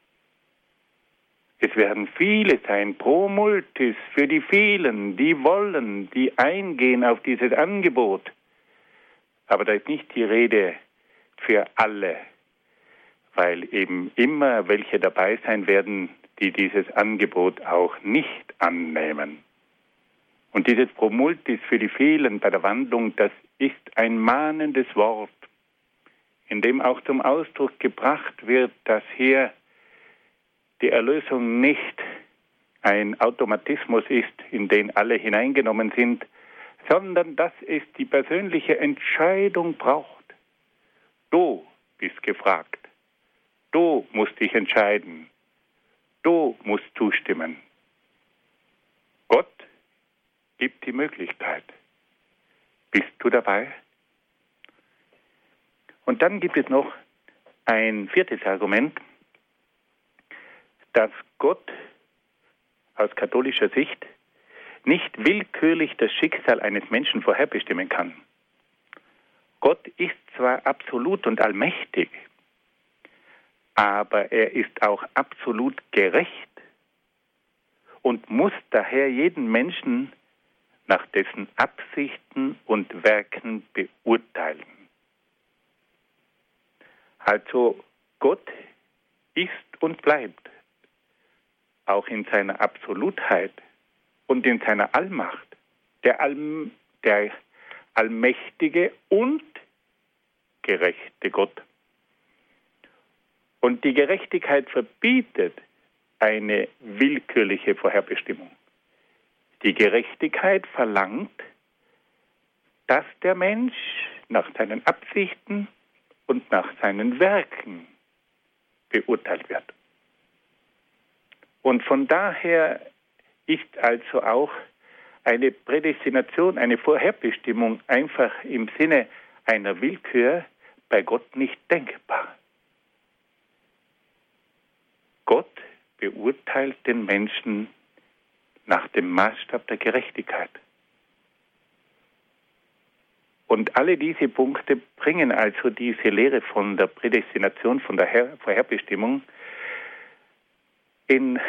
Es werden viele sein, pro multis, für die vielen, die wollen, die eingehen auf dieses Angebot. Aber da ist nicht die Rede für alle, weil eben immer welche dabei sein werden, die dieses Angebot auch nicht annehmen. Und dieses Promultis für die vielen bei der Wandlung, das ist ein mahnendes Wort, in dem auch zum Ausdruck gebracht wird, dass hier die Erlösung nicht ein Automatismus ist, in den alle hineingenommen sind, sondern dass es die persönliche Entscheidung braucht. Du bist gefragt. Du musst dich entscheiden. Du musst zustimmen. Gott gibt die Möglichkeit. Bist du dabei? Und dann gibt es noch ein viertes Argument, dass Gott aus katholischer Sicht nicht willkürlich das Schicksal eines Menschen vorherbestimmen kann. Gott ist zwar absolut und allmächtig, aber er ist auch absolut gerecht und muss daher jeden Menschen nach dessen Absichten und Werken beurteilen. Also Gott ist und bleibt auch in seiner Absolutheit und in seiner Allmacht der, All, der allmächtige und gerechte Gott. Und die Gerechtigkeit verbietet eine willkürliche Vorherbestimmung. Die Gerechtigkeit verlangt, dass der Mensch nach seinen Absichten und nach seinen Werken beurteilt wird. Und von daher ist also auch eine Prädestination, eine Vorherbestimmung einfach im Sinne einer Willkür bei Gott nicht denkbar. Gott beurteilt den Menschen nach dem Maßstab der Gerechtigkeit. Und alle diese Punkte bringen also diese Lehre von der Prädestination, von der Her- Vorherbestimmung in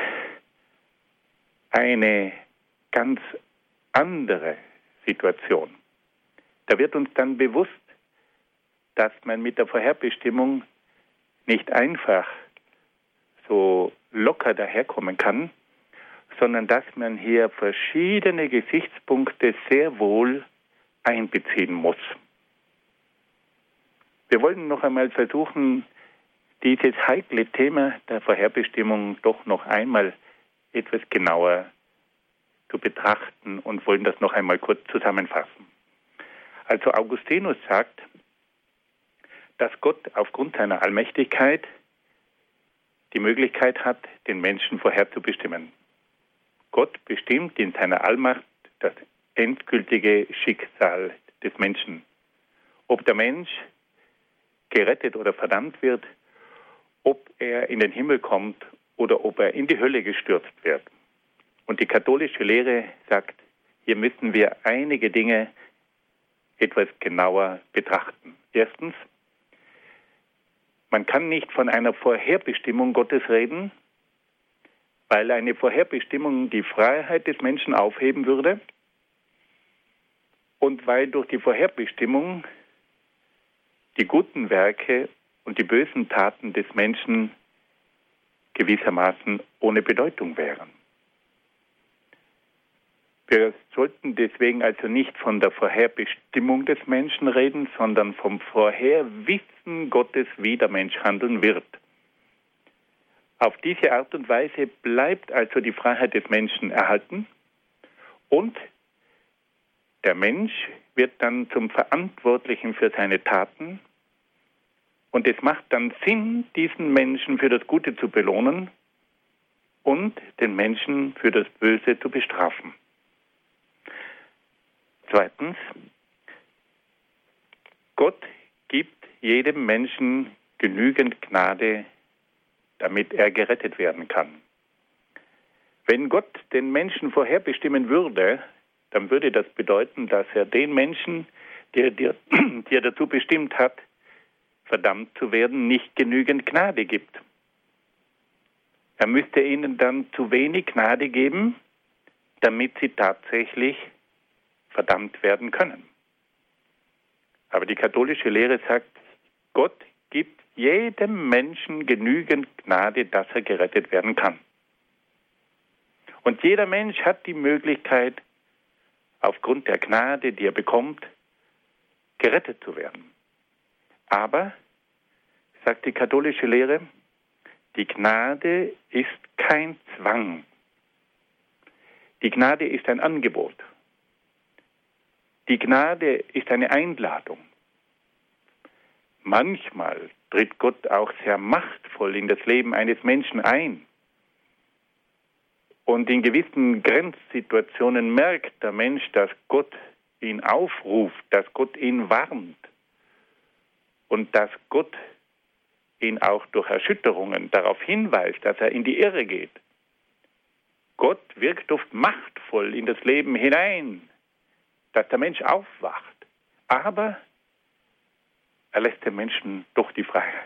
eine ganz andere Situation. Da wird uns dann bewusst, dass man mit der Vorherbestimmung nicht einfach so locker daherkommen kann, sondern dass man hier verschiedene Gesichtspunkte sehr wohl einbeziehen muss. Wir wollen noch einmal versuchen, dieses heikle Thema der Vorherbestimmung doch noch einmal etwas genauer zu betrachten und wollen das noch einmal kurz zusammenfassen. Also Augustinus sagt, dass Gott aufgrund seiner Allmächtigkeit die Möglichkeit hat, den Menschen vorherzubestimmen. Gott bestimmt in seiner Allmacht das endgültige Schicksal des Menschen. Ob der Mensch gerettet oder verdammt wird, ob er in den Himmel kommt oder ob er in die Hölle gestürzt wird. Und die katholische Lehre sagt, hier müssen wir einige Dinge etwas genauer betrachten. Erstens, man kann nicht von einer Vorherbestimmung Gottes reden, weil eine Vorherbestimmung die Freiheit des Menschen aufheben würde und weil durch die Vorherbestimmung die guten Werke und die bösen Taten des Menschen gewissermaßen ohne Bedeutung wären. Wir sollten deswegen also nicht von der Vorherbestimmung des Menschen reden, sondern vom Vorherwissen Gottes, wie der Mensch handeln wird. Auf diese Art und Weise bleibt also die Freiheit des Menschen erhalten und der Mensch wird dann zum Verantwortlichen für seine Taten und es macht dann Sinn, diesen Menschen für das Gute zu belohnen und den Menschen für das Böse zu bestrafen. Zweitens, Gott gibt jedem Menschen genügend Gnade, damit er gerettet werden kann. Wenn Gott den Menschen vorherbestimmen würde, dann würde das bedeuten, dass er den Menschen, der, der, der dazu bestimmt hat, verdammt zu werden, nicht genügend Gnade gibt. Er müsste ihnen dann zu wenig Gnade geben, damit sie tatsächlich verdammt werden können. Aber die katholische Lehre sagt, Gott gibt jedem Menschen genügend Gnade, dass er gerettet werden kann. Und jeder Mensch hat die Möglichkeit, aufgrund der Gnade, die er bekommt, gerettet zu werden. Aber, sagt die katholische Lehre, die Gnade ist kein Zwang. Die Gnade ist ein Angebot. Die Gnade ist eine Einladung. Manchmal tritt Gott auch sehr machtvoll in das Leben eines Menschen ein. Und in gewissen Grenzsituationen merkt der Mensch, dass Gott ihn aufruft, dass Gott ihn warnt und dass Gott ihn auch durch Erschütterungen darauf hinweist, dass er in die Irre geht. Gott wirkt oft machtvoll in das Leben hinein, dass der Mensch aufwacht. Aber er lässt dem Menschen doch die Freiheit.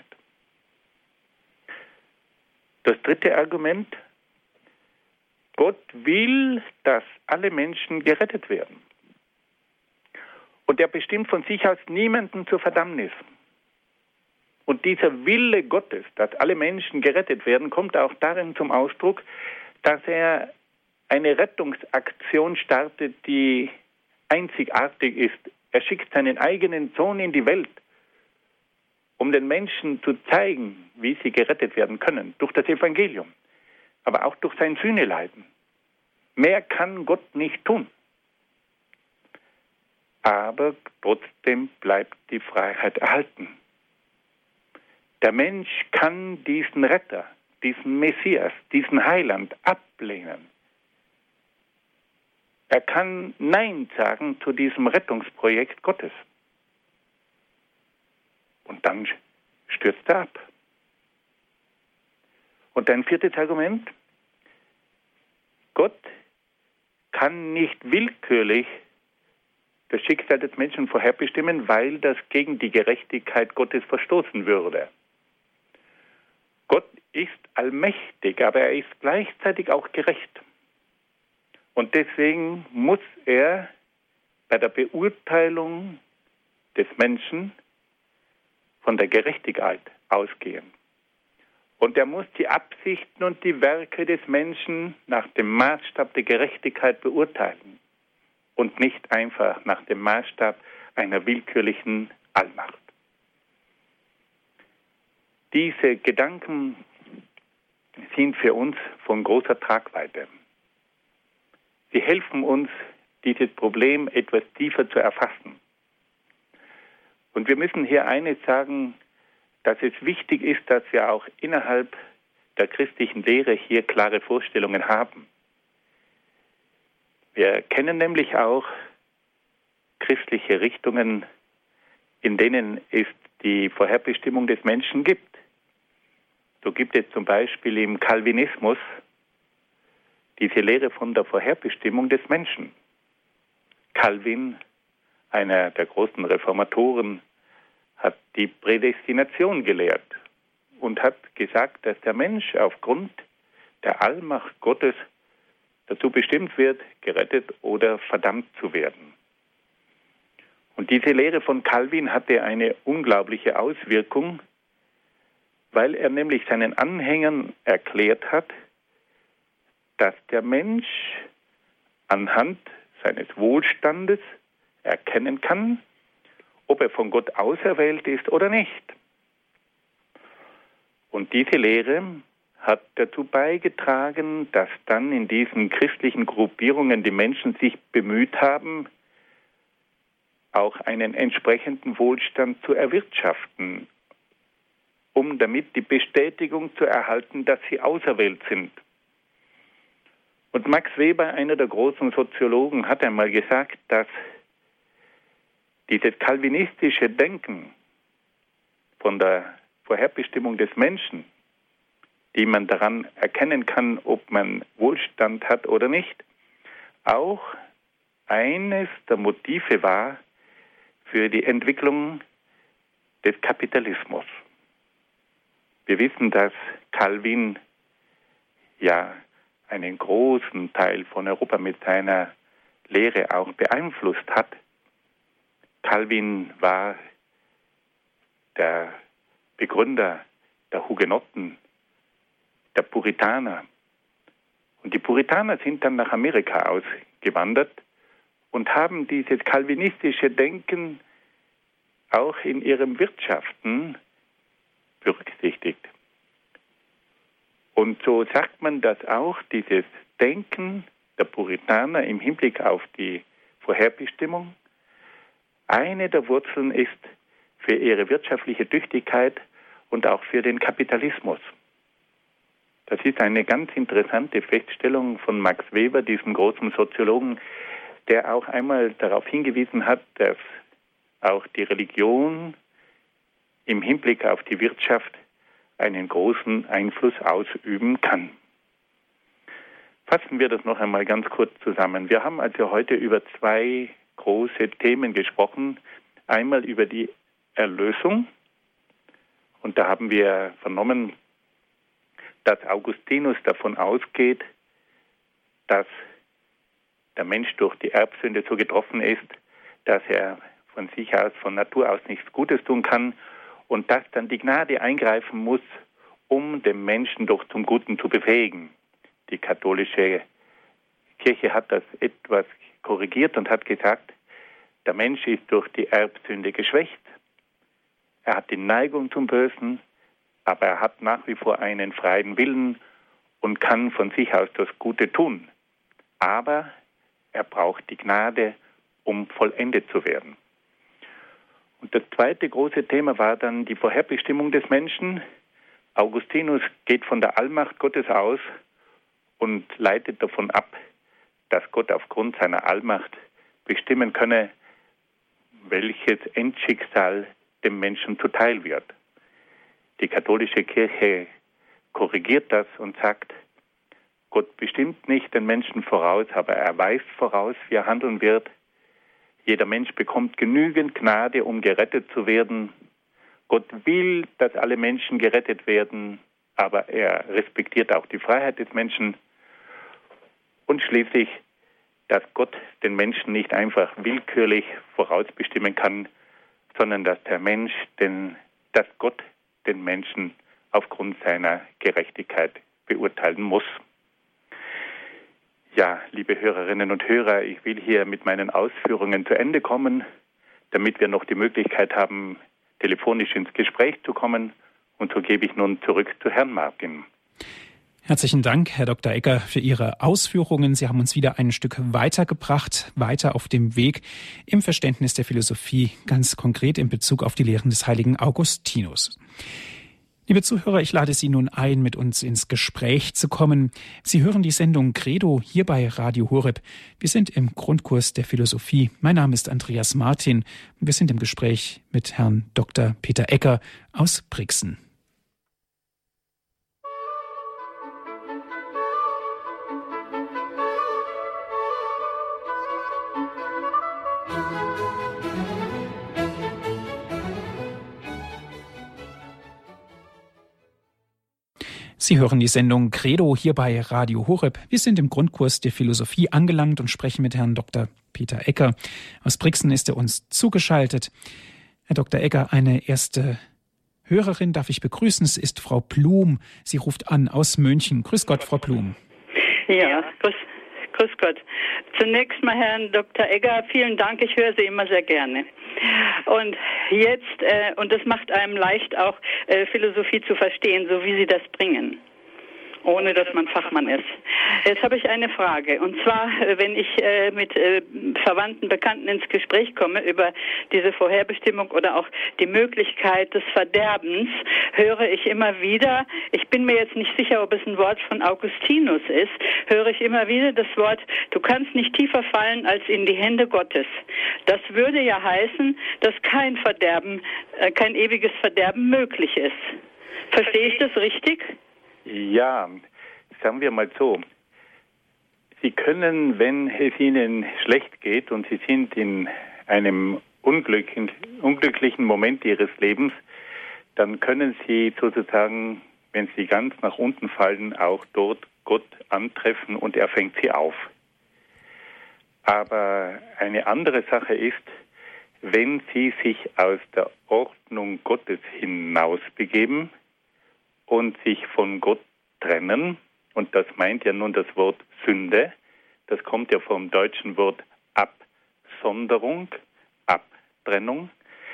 Das dritte Argument: Gott will, dass alle Menschen gerettet werden. Und er bestimmt von sich aus niemanden zur Verdammnis. Und dieser Wille Gottes, dass alle Menschen gerettet werden, kommt auch darin zum Ausdruck, dass er eine Rettungsaktion startet, die einzigartig ist. Er schickt seinen eigenen Sohn in die Welt, um den Menschen zu zeigen, wie sie gerettet werden können, durch das Evangelium, aber auch durch sein Sühneleiden. Mehr kann Gott nicht tun. Aber trotzdem bleibt die Freiheit erhalten. Der Mensch kann diesen Retter, diesen Messias, diesen Heiland ablehnen. Er kann Nein sagen zu diesem Rettungsprojekt Gottes. Und dann stürzt er ab. Und ein viertes Argument: Gott kann nicht willkürlich das Schicksal des Menschen vorherbestimmen, weil das gegen die Gerechtigkeit Gottes verstoßen würde. Gott ist allmächtig, aber er ist gleichzeitig auch gerecht. Und deswegen muss er bei der Beurteilung des Menschen von der Gerechtigkeit ausgehen. Und er muss die Absichten und die Werke des Menschen nach dem Maßstab der Gerechtigkeit beurteilen und nicht einfach nach dem Maßstab einer willkürlichen Allmacht. Diese Gedanken sind für uns von großer Tragweite. Sie helfen uns, dieses Problem etwas tiefer zu erfassen. Und wir müssen hier eines sagen, dass es wichtig ist, dass wir auch innerhalb der christlichen Lehre hier klare Vorstellungen haben. Wir kennen nämlich auch christliche Richtungen, in denen es die Vorherbestimmung des Menschen gibt. So gibt es zum Beispiel im Calvinismus diese Lehre von der Vorherbestimmung des Menschen. Calvin, einer der großen Reformatoren, hat die Prädestination gelehrt und hat gesagt, dass der Mensch aufgrund der Allmacht Gottes dazu bestimmt wird, gerettet oder verdammt zu werden. Und diese Lehre von Calvin hatte eine unglaubliche Auswirkung, weil er nämlich seinen Anhängern erklärt hat, dass der Mensch anhand seines Wohlstandes erkennen kann, ob er von Gott auserwählt ist oder nicht. Und diese Lehre hat dazu beigetragen, dass dann in diesen christlichen Gruppierungen die Menschen sich bemüht haben, auch einen entsprechenden Wohlstand zu erwirtschaften, um damit die Bestätigung zu erhalten, dass sie auserwählt sind. Und Max Weber, einer der großen Soziologen, hat einmal gesagt, dass dieses kalvinistische Denken von der Vorherbestimmung des Menschen, die man daran erkennen kann, ob man Wohlstand hat oder nicht, auch eines der Motive war für die Entwicklung des Kapitalismus. Wir wissen, dass Calvin ja einen großen Teil von Europa mit seiner Lehre auch beeinflusst hat. Calvin war der Begründer der Hugenotten, der Puritaner. Und die Puritaner sind dann nach Amerika ausgewandert und haben dieses kalvinistische Denken auch in ihrem Wirtschaften berücksichtigt. Und so sagt man, dass auch dieses Denken der Puritaner im Hinblick auf die Vorherbestimmung eine der Wurzeln ist für ihre wirtschaftliche Tüchtigkeit und auch für den Kapitalismus. Das ist eine ganz interessante Feststellung von Max Weber, diesem großen Soziologen, der auch einmal darauf hingewiesen hat, dass auch die Religion im Hinblick auf die Wirtschaft einen großen Einfluss ausüben kann. Fassen wir das noch einmal ganz kurz zusammen. Wir haben also heute über zwei große Themen gesprochen. Einmal über die Erlösung. Und da haben wir vernommen, dass Augustinus davon ausgeht, dass der Mensch durch die Erbsünde so getroffen ist, dass er von sich aus, von Natur aus nichts Gutes tun kann und dass dann die Gnade eingreifen muss, um den Menschen doch zum Guten zu befähigen. Die katholische Kirche hat das etwas korrigiert und hat gesagt, der Mensch ist durch die Erbsünde geschwächt. Er hat die Neigung zum Bösen, aber er hat nach wie vor einen freien Willen und kann von sich aus das Gute tun. Aber er braucht die Gnade, um vollendet zu werden. Und das zweite große Thema war dann die Vorherbestimmung des Menschen. Augustinus geht von der Allmacht Gottes aus und leitet davon ab, dass Gott aufgrund seiner Allmacht bestimmen könne, welches Endschicksal dem Menschen zuteil wird. Die katholische Kirche korrigiert das und sagt, Gott bestimmt nicht den Menschen voraus, aber er weiß voraus, wie er handeln wird. Jeder Mensch bekommt genügend Gnade, um gerettet zu werden. Gott will, dass alle Menschen gerettet werden, aber er respektiert auch die Freiheit des Menschen. Und schließlich, dass Gott den Menschen nicht einfach willkürlich vorausbestimmen kann, sondern dass der Mensch, den, dass Gott den Menschen aufgrund seiner Gerechtigkeit beurteilen muss. Ja, liebe Hörerinnen und Hörer, ich will hier mit meinen Ausführungen zu Ende kommen, damit wir noch die Möglichkeit haben, telefonisch ins Gespräch zu kommen. Und so gebe ich nun zurück zu Herrn Martin. Herzlichen Dank, Herr Doktor Egger, für Ihre Ausführungen. Sie haben uns wieder ein Stück weitergebracht, weiter auf dem Weg im Verständnis der Philosophie, ganz konkret in Bezug auf die Lehren des heiligen Augustinus. Liebe Zuhörer, ich lade Sie nun ein, mit uns ins Gespräch zu kommen. Sie hören die Sendung Credo hier bei Radio Horeb. Wir sind im Grundkurs der Philosophie. Mein Name ist Andreas Martin und wir sind im Gespräch mit Herrn Doktor Peter Egger aus Brixen. Sie hören die Sendung Credo hier bei Radio Horeb. Wir sind im Grundkurs der Philosophie angelangt und sprechen mit Herrn Doktor Peter Egger. Aus Brixen ist er uns zugeschaltet. Herr Doktor Egger, eine erste Hörerin darf ich begrüßen. Es ist Frau Blum. Sie ruft an aus München. Grüß Gott, Frau Blum. Ja, grüß, grüß Gott. Zunächst mal Herrn Doktor Egger, vielen Dank. Ich höre Sie immer sehr gerne. Und jetzt, äh, und das macht einem leicht auch äh, Philosophie zu verstehen, so wie Sie das bringen, ohne dass man Fachmann ist. Jetzt habe ich eine Frage. Und zwar, wenn ich äh, mit äh, Verwandten, Bekannten ins Gespräch komme über diese Vorherbestimmung oder auch die Möglichkeit des Verderbens, höre ich immer wieder, ich bin mir jetzt nicht sicher, ob es ein Wort von Augustinus ist, höre ich immer wieder das Wort, du kannst nicht tiefer fallen als in die Hände Gottes. Das würde ja heißen, dass kein Verderben, äh, kein ewiges Verderben möglich ist. Verstehe ich das richtig? Ja, sagen wir mal so. Sie können, wenn es Ihnen schlecht geht und Sie sind in einem unglücklichen, unglücklichen Moment Ihres Lebens, dann können Sie sozusagen, wenn Sie ganz nach unten fallen, auch dort Gott antreffen und er fängt Sie auf. Aber eine andere Sache ist, wenn Sie sich aus der Ordnung Gottes hinausbegeben und sich von Gott trennen, und das meint ja nun das Wort Sünde, das kommt ja vom deutschen Wort Absonderung, Abtrennung,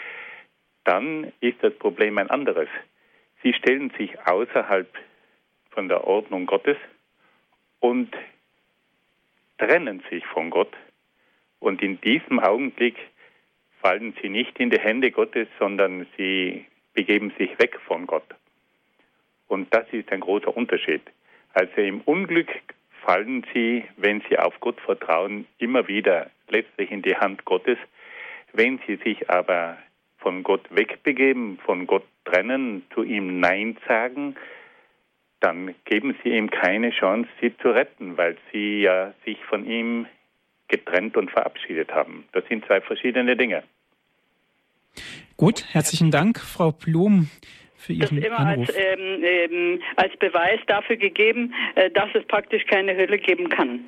dann ist das Problem ein anderes. Sie stellen sich außerhalb von der Ordnung Gottes und trennen sich von Gott. Und in diesem Augenblick fallen sie nicht in die Hände Gottes, sondern sie begeben sich weg von Gott. Und das ist ein großer Unterschied. Also im Unglück fallen sie, wenn sie auf Gott vertrauen, immer wieder letztlich in die Hand Gottes. Wenn sie sich aber von Gott wegbegeben, von Gott trennen, zu ihm Nein sagen, dann geben sie ihm keine Chance, sie zu retten, weil sie ja sich von ihm getrennt und verabschiedet haben. Das sind zwei verschiedene Dinge. Gut, herzlichen Dank, Frau Blum, für Ihren das immer Anruf. Als, ähm, ähm, als Beweis dafür gegeben, äh, dass es praktisch keine Hölle geben kann.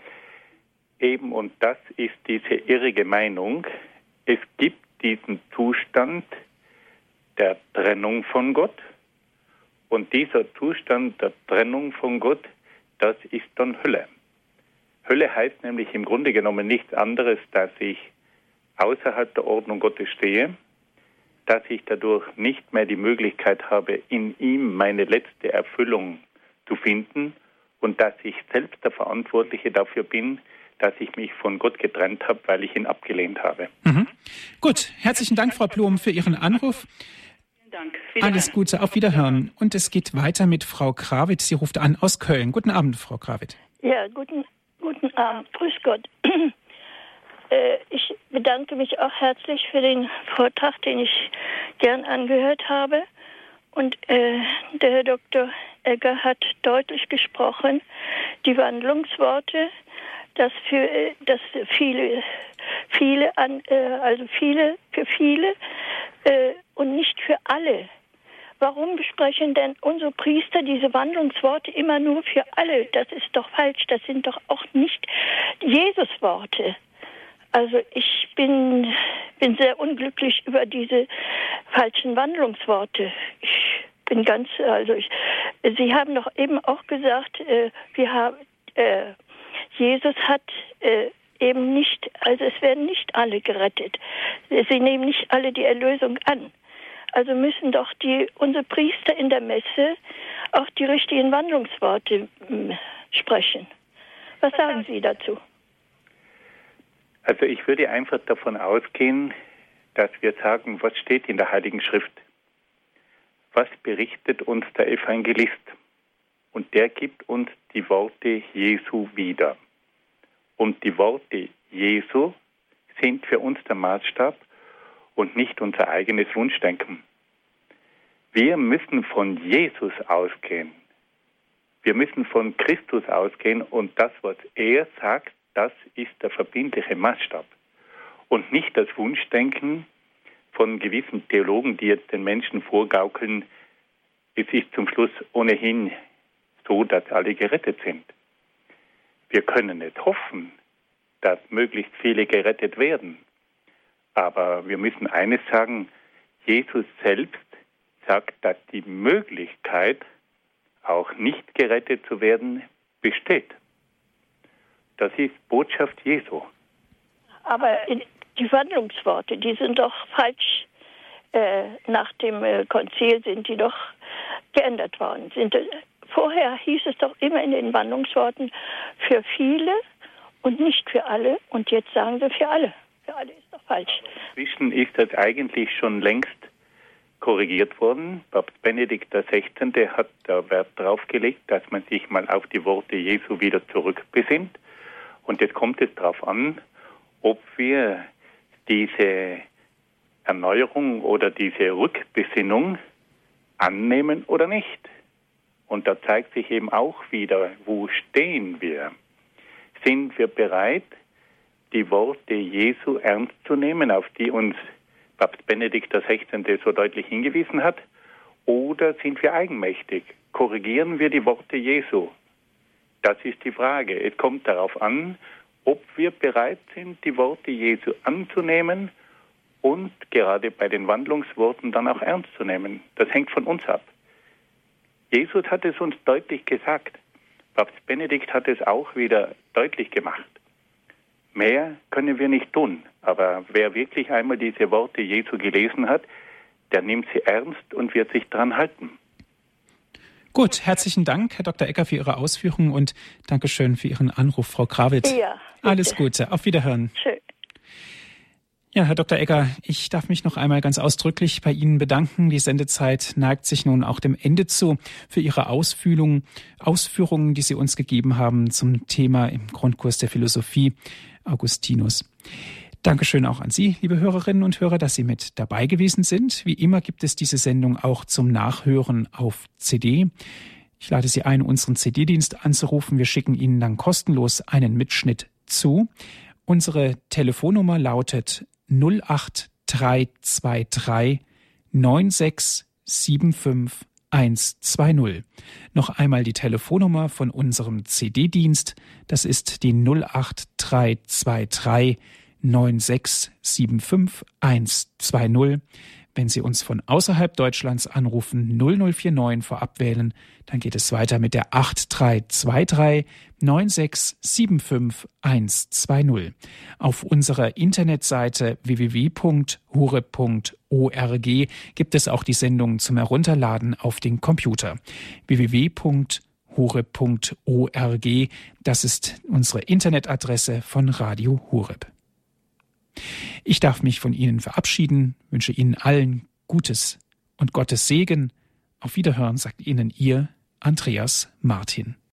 Eben, und das ist diese irrige Meinung. Es gibt diesen Zustand der Trennung von Gott. Und dieser Zustand der Trennung von Gott, das ist dann Hölle. Hölle heißt nämlich im Grunde genommen nichts anderes, dass ich außerhalb der Ordnung Gottes stehe, dass ich dadurch nicht mehr die Möglichkeit habe, in ihm meine letzte Erfüllung zu finden und dass ich selbst der Verantwortliche dafür bin, dass ich mich von Gott getrennt habe, weil ich ihn abgelehnt habe. Mhm. Gut, herzlichen Dank, Frau Blum, für Ihren Anruf. Vielen Dank. Alles Gute, auf Wiederhören. Und es geht weiter mit Frau Krawitz. Sie ruft an aus Köln. Guten Abend, Frau Krawitz. Ja, guten, guten Abend. Grüß Gott. äh, ich bedanke mich auch herzlich für den Vortrag, den ich gern angehört habe. Und äh, der Herr Doktor Egger hat deutlich gesprochen, die Wandlungsworte, dass für dass viele viele an äh, also viele für viele äh, und nicht für alle. Warum sprechen denn unsere Priester diese Wandlungsworte immer nur für alle? Das ist doch falsch. Das sind doch auch nicht Jesusworte. Also ich bin bin sehr unglücklich über diese falschen Wandlungsworte. Ich bin ganz also ich, Sie haben doch eben auch gesagt, äh, wir haben äh, Jesus hat äh, eben nicht, also es werden nicht alle gerettet. Sie nehmen nicht alle die Erlösung an. Also müssen doch die unsere Priester in der Messe auch die richtigen Wandlungsworte m, sprechen. Was sagen Sie dazu? Also ich würde einfach davon ausgehen, dass wir sagen, was steht in der Heiligen Schrift? Was berichtet uns der Evangelist? Und der gibt uns die Worte Jesu wieder. Und die Worte Jesu sind für uns der Maßstab und nicht unser eigenes Wunschdenken. Wir müssen von Jesus ausgehen. Wir müssen von Christus ausgehen und das, was er sagt, das ist der verbindliche Maßstab. Und nicht das Wunschdenken von gewissen Theologen, die jetzt den Menschen vorgaukeln, es ist zum Schluss ohnehin so, dass alle gerettet sind. Wir können nicht hoffen, dass möglichst viele gerettet werden. Aber wir müssen eines sagen, Jesus selbst sagt, dass die Möglichkeit, auch nicht gerettet zu werden, besteht. Das ist Botschaft Jesu. Aber die Wandlungsworte, die sind doch falsch. Äh, nach dem äh, Konzil sind die doch geändert worden. Sind, äh, vorher hieß es doch immer in den Wandlungsworten für viele und nicht für alle. Und jetzt sagen sie für alle. Für alle ist doch falsch. Inzwischen ist das eigentlich schon längst korrigiert worden. Papst Benedikt der Sechzehnte hat da Wert drauf gelegt, dass man sich mal auf die Worte Jesu wieder zurückbesinnt. Und jetzt kommt es darauf an, ob wir diese Erneuerung oder diese Rückbesinnung annehmen oder nicht. Und da zeigt sich eben auch wieder, wo stehen wir? Sind wir bereit, die Worte Jesu ernst zu nehmen, auf die uns Papst Benedikt der Sechzehnte so deutlich hingewiesen hat? Oder sind wir eigenmächtig? Korrigieren wir die Worte Jesu? Das ist die Frage. Es kommt darauf an, ob wir bereit sind, die Worte Jesu anzunehmen und gerade bei den Wandlungsworten dann auch ernst zu nehmen. Das hängt von uns ab. Jesus hat es uns deutlich gesagt. Papst Benedikt hat es auch wieder deutlich gemacht. Mehr können wir nicht tun. Aber wer wirklich einmal diese Worte Jesu gelesen hat, der nimmt sie ernst und wird sich daran halten. Gut, herzlichen Dank, Herr Doktor Egger, für Ihre Ausführungen und Dankeschön für Ihren Anruf, Frau Krawitz. Ja. Bitte. Alles Gute, auf Wiederhören. Schön. Ja, Herr Doktor Egger, ich darf mich noch einmal ganz ausdrücklich bei Ihnen bedanken. Die Sendezeit neigt sich nun auch dem Ende zu für Ihre Ausführungen, Ausführungen, die Sie uns gegeben haben zum Thema im Grundkurs der Philosophie Augustinus. Dankeschön auch an Sie, liebe Hörerinnen und Hörer, dass Sie mit dabei gewesen sind. Wie immer gibt es diese Sendung auch zum Nachhören auf C D. Ich lade Sie ein, unseren C D-Dienst anzurufen. Wir schicken Ihnen dann kostenlos einen Mitschnitt zu. Unsere Telefonnummer lautet null acht drei zwei drei neun sechs sieben fünf eins zwei null. Noch einmal die Telefonnummer von unserem C D-Dienst. Das ist die null acht drei zwei drei neun sechs sieben fünf eins zwei null. Wenn Sie uns von außerhalb Deutschlands anrufen, null null vier neun vorab wählen, dann geht es weiter mit der acht drei zwei drei neun sechs sieben fünf eins zwei null. Auf unserer Internetseite w w w punkt horeb punkt org gibt es auch die Sendung zum Herunterladen auf den Computer. w w w punkt horeb punkt org, das ist unsere Internetadresse von Radio Horeb. Ich darf mich von Ihnen verabschieden, wünsche Ihnen allen Gutes und Gottes Segen. Auf Wiederhören sagt Ihnen Ihr Andreas Martin.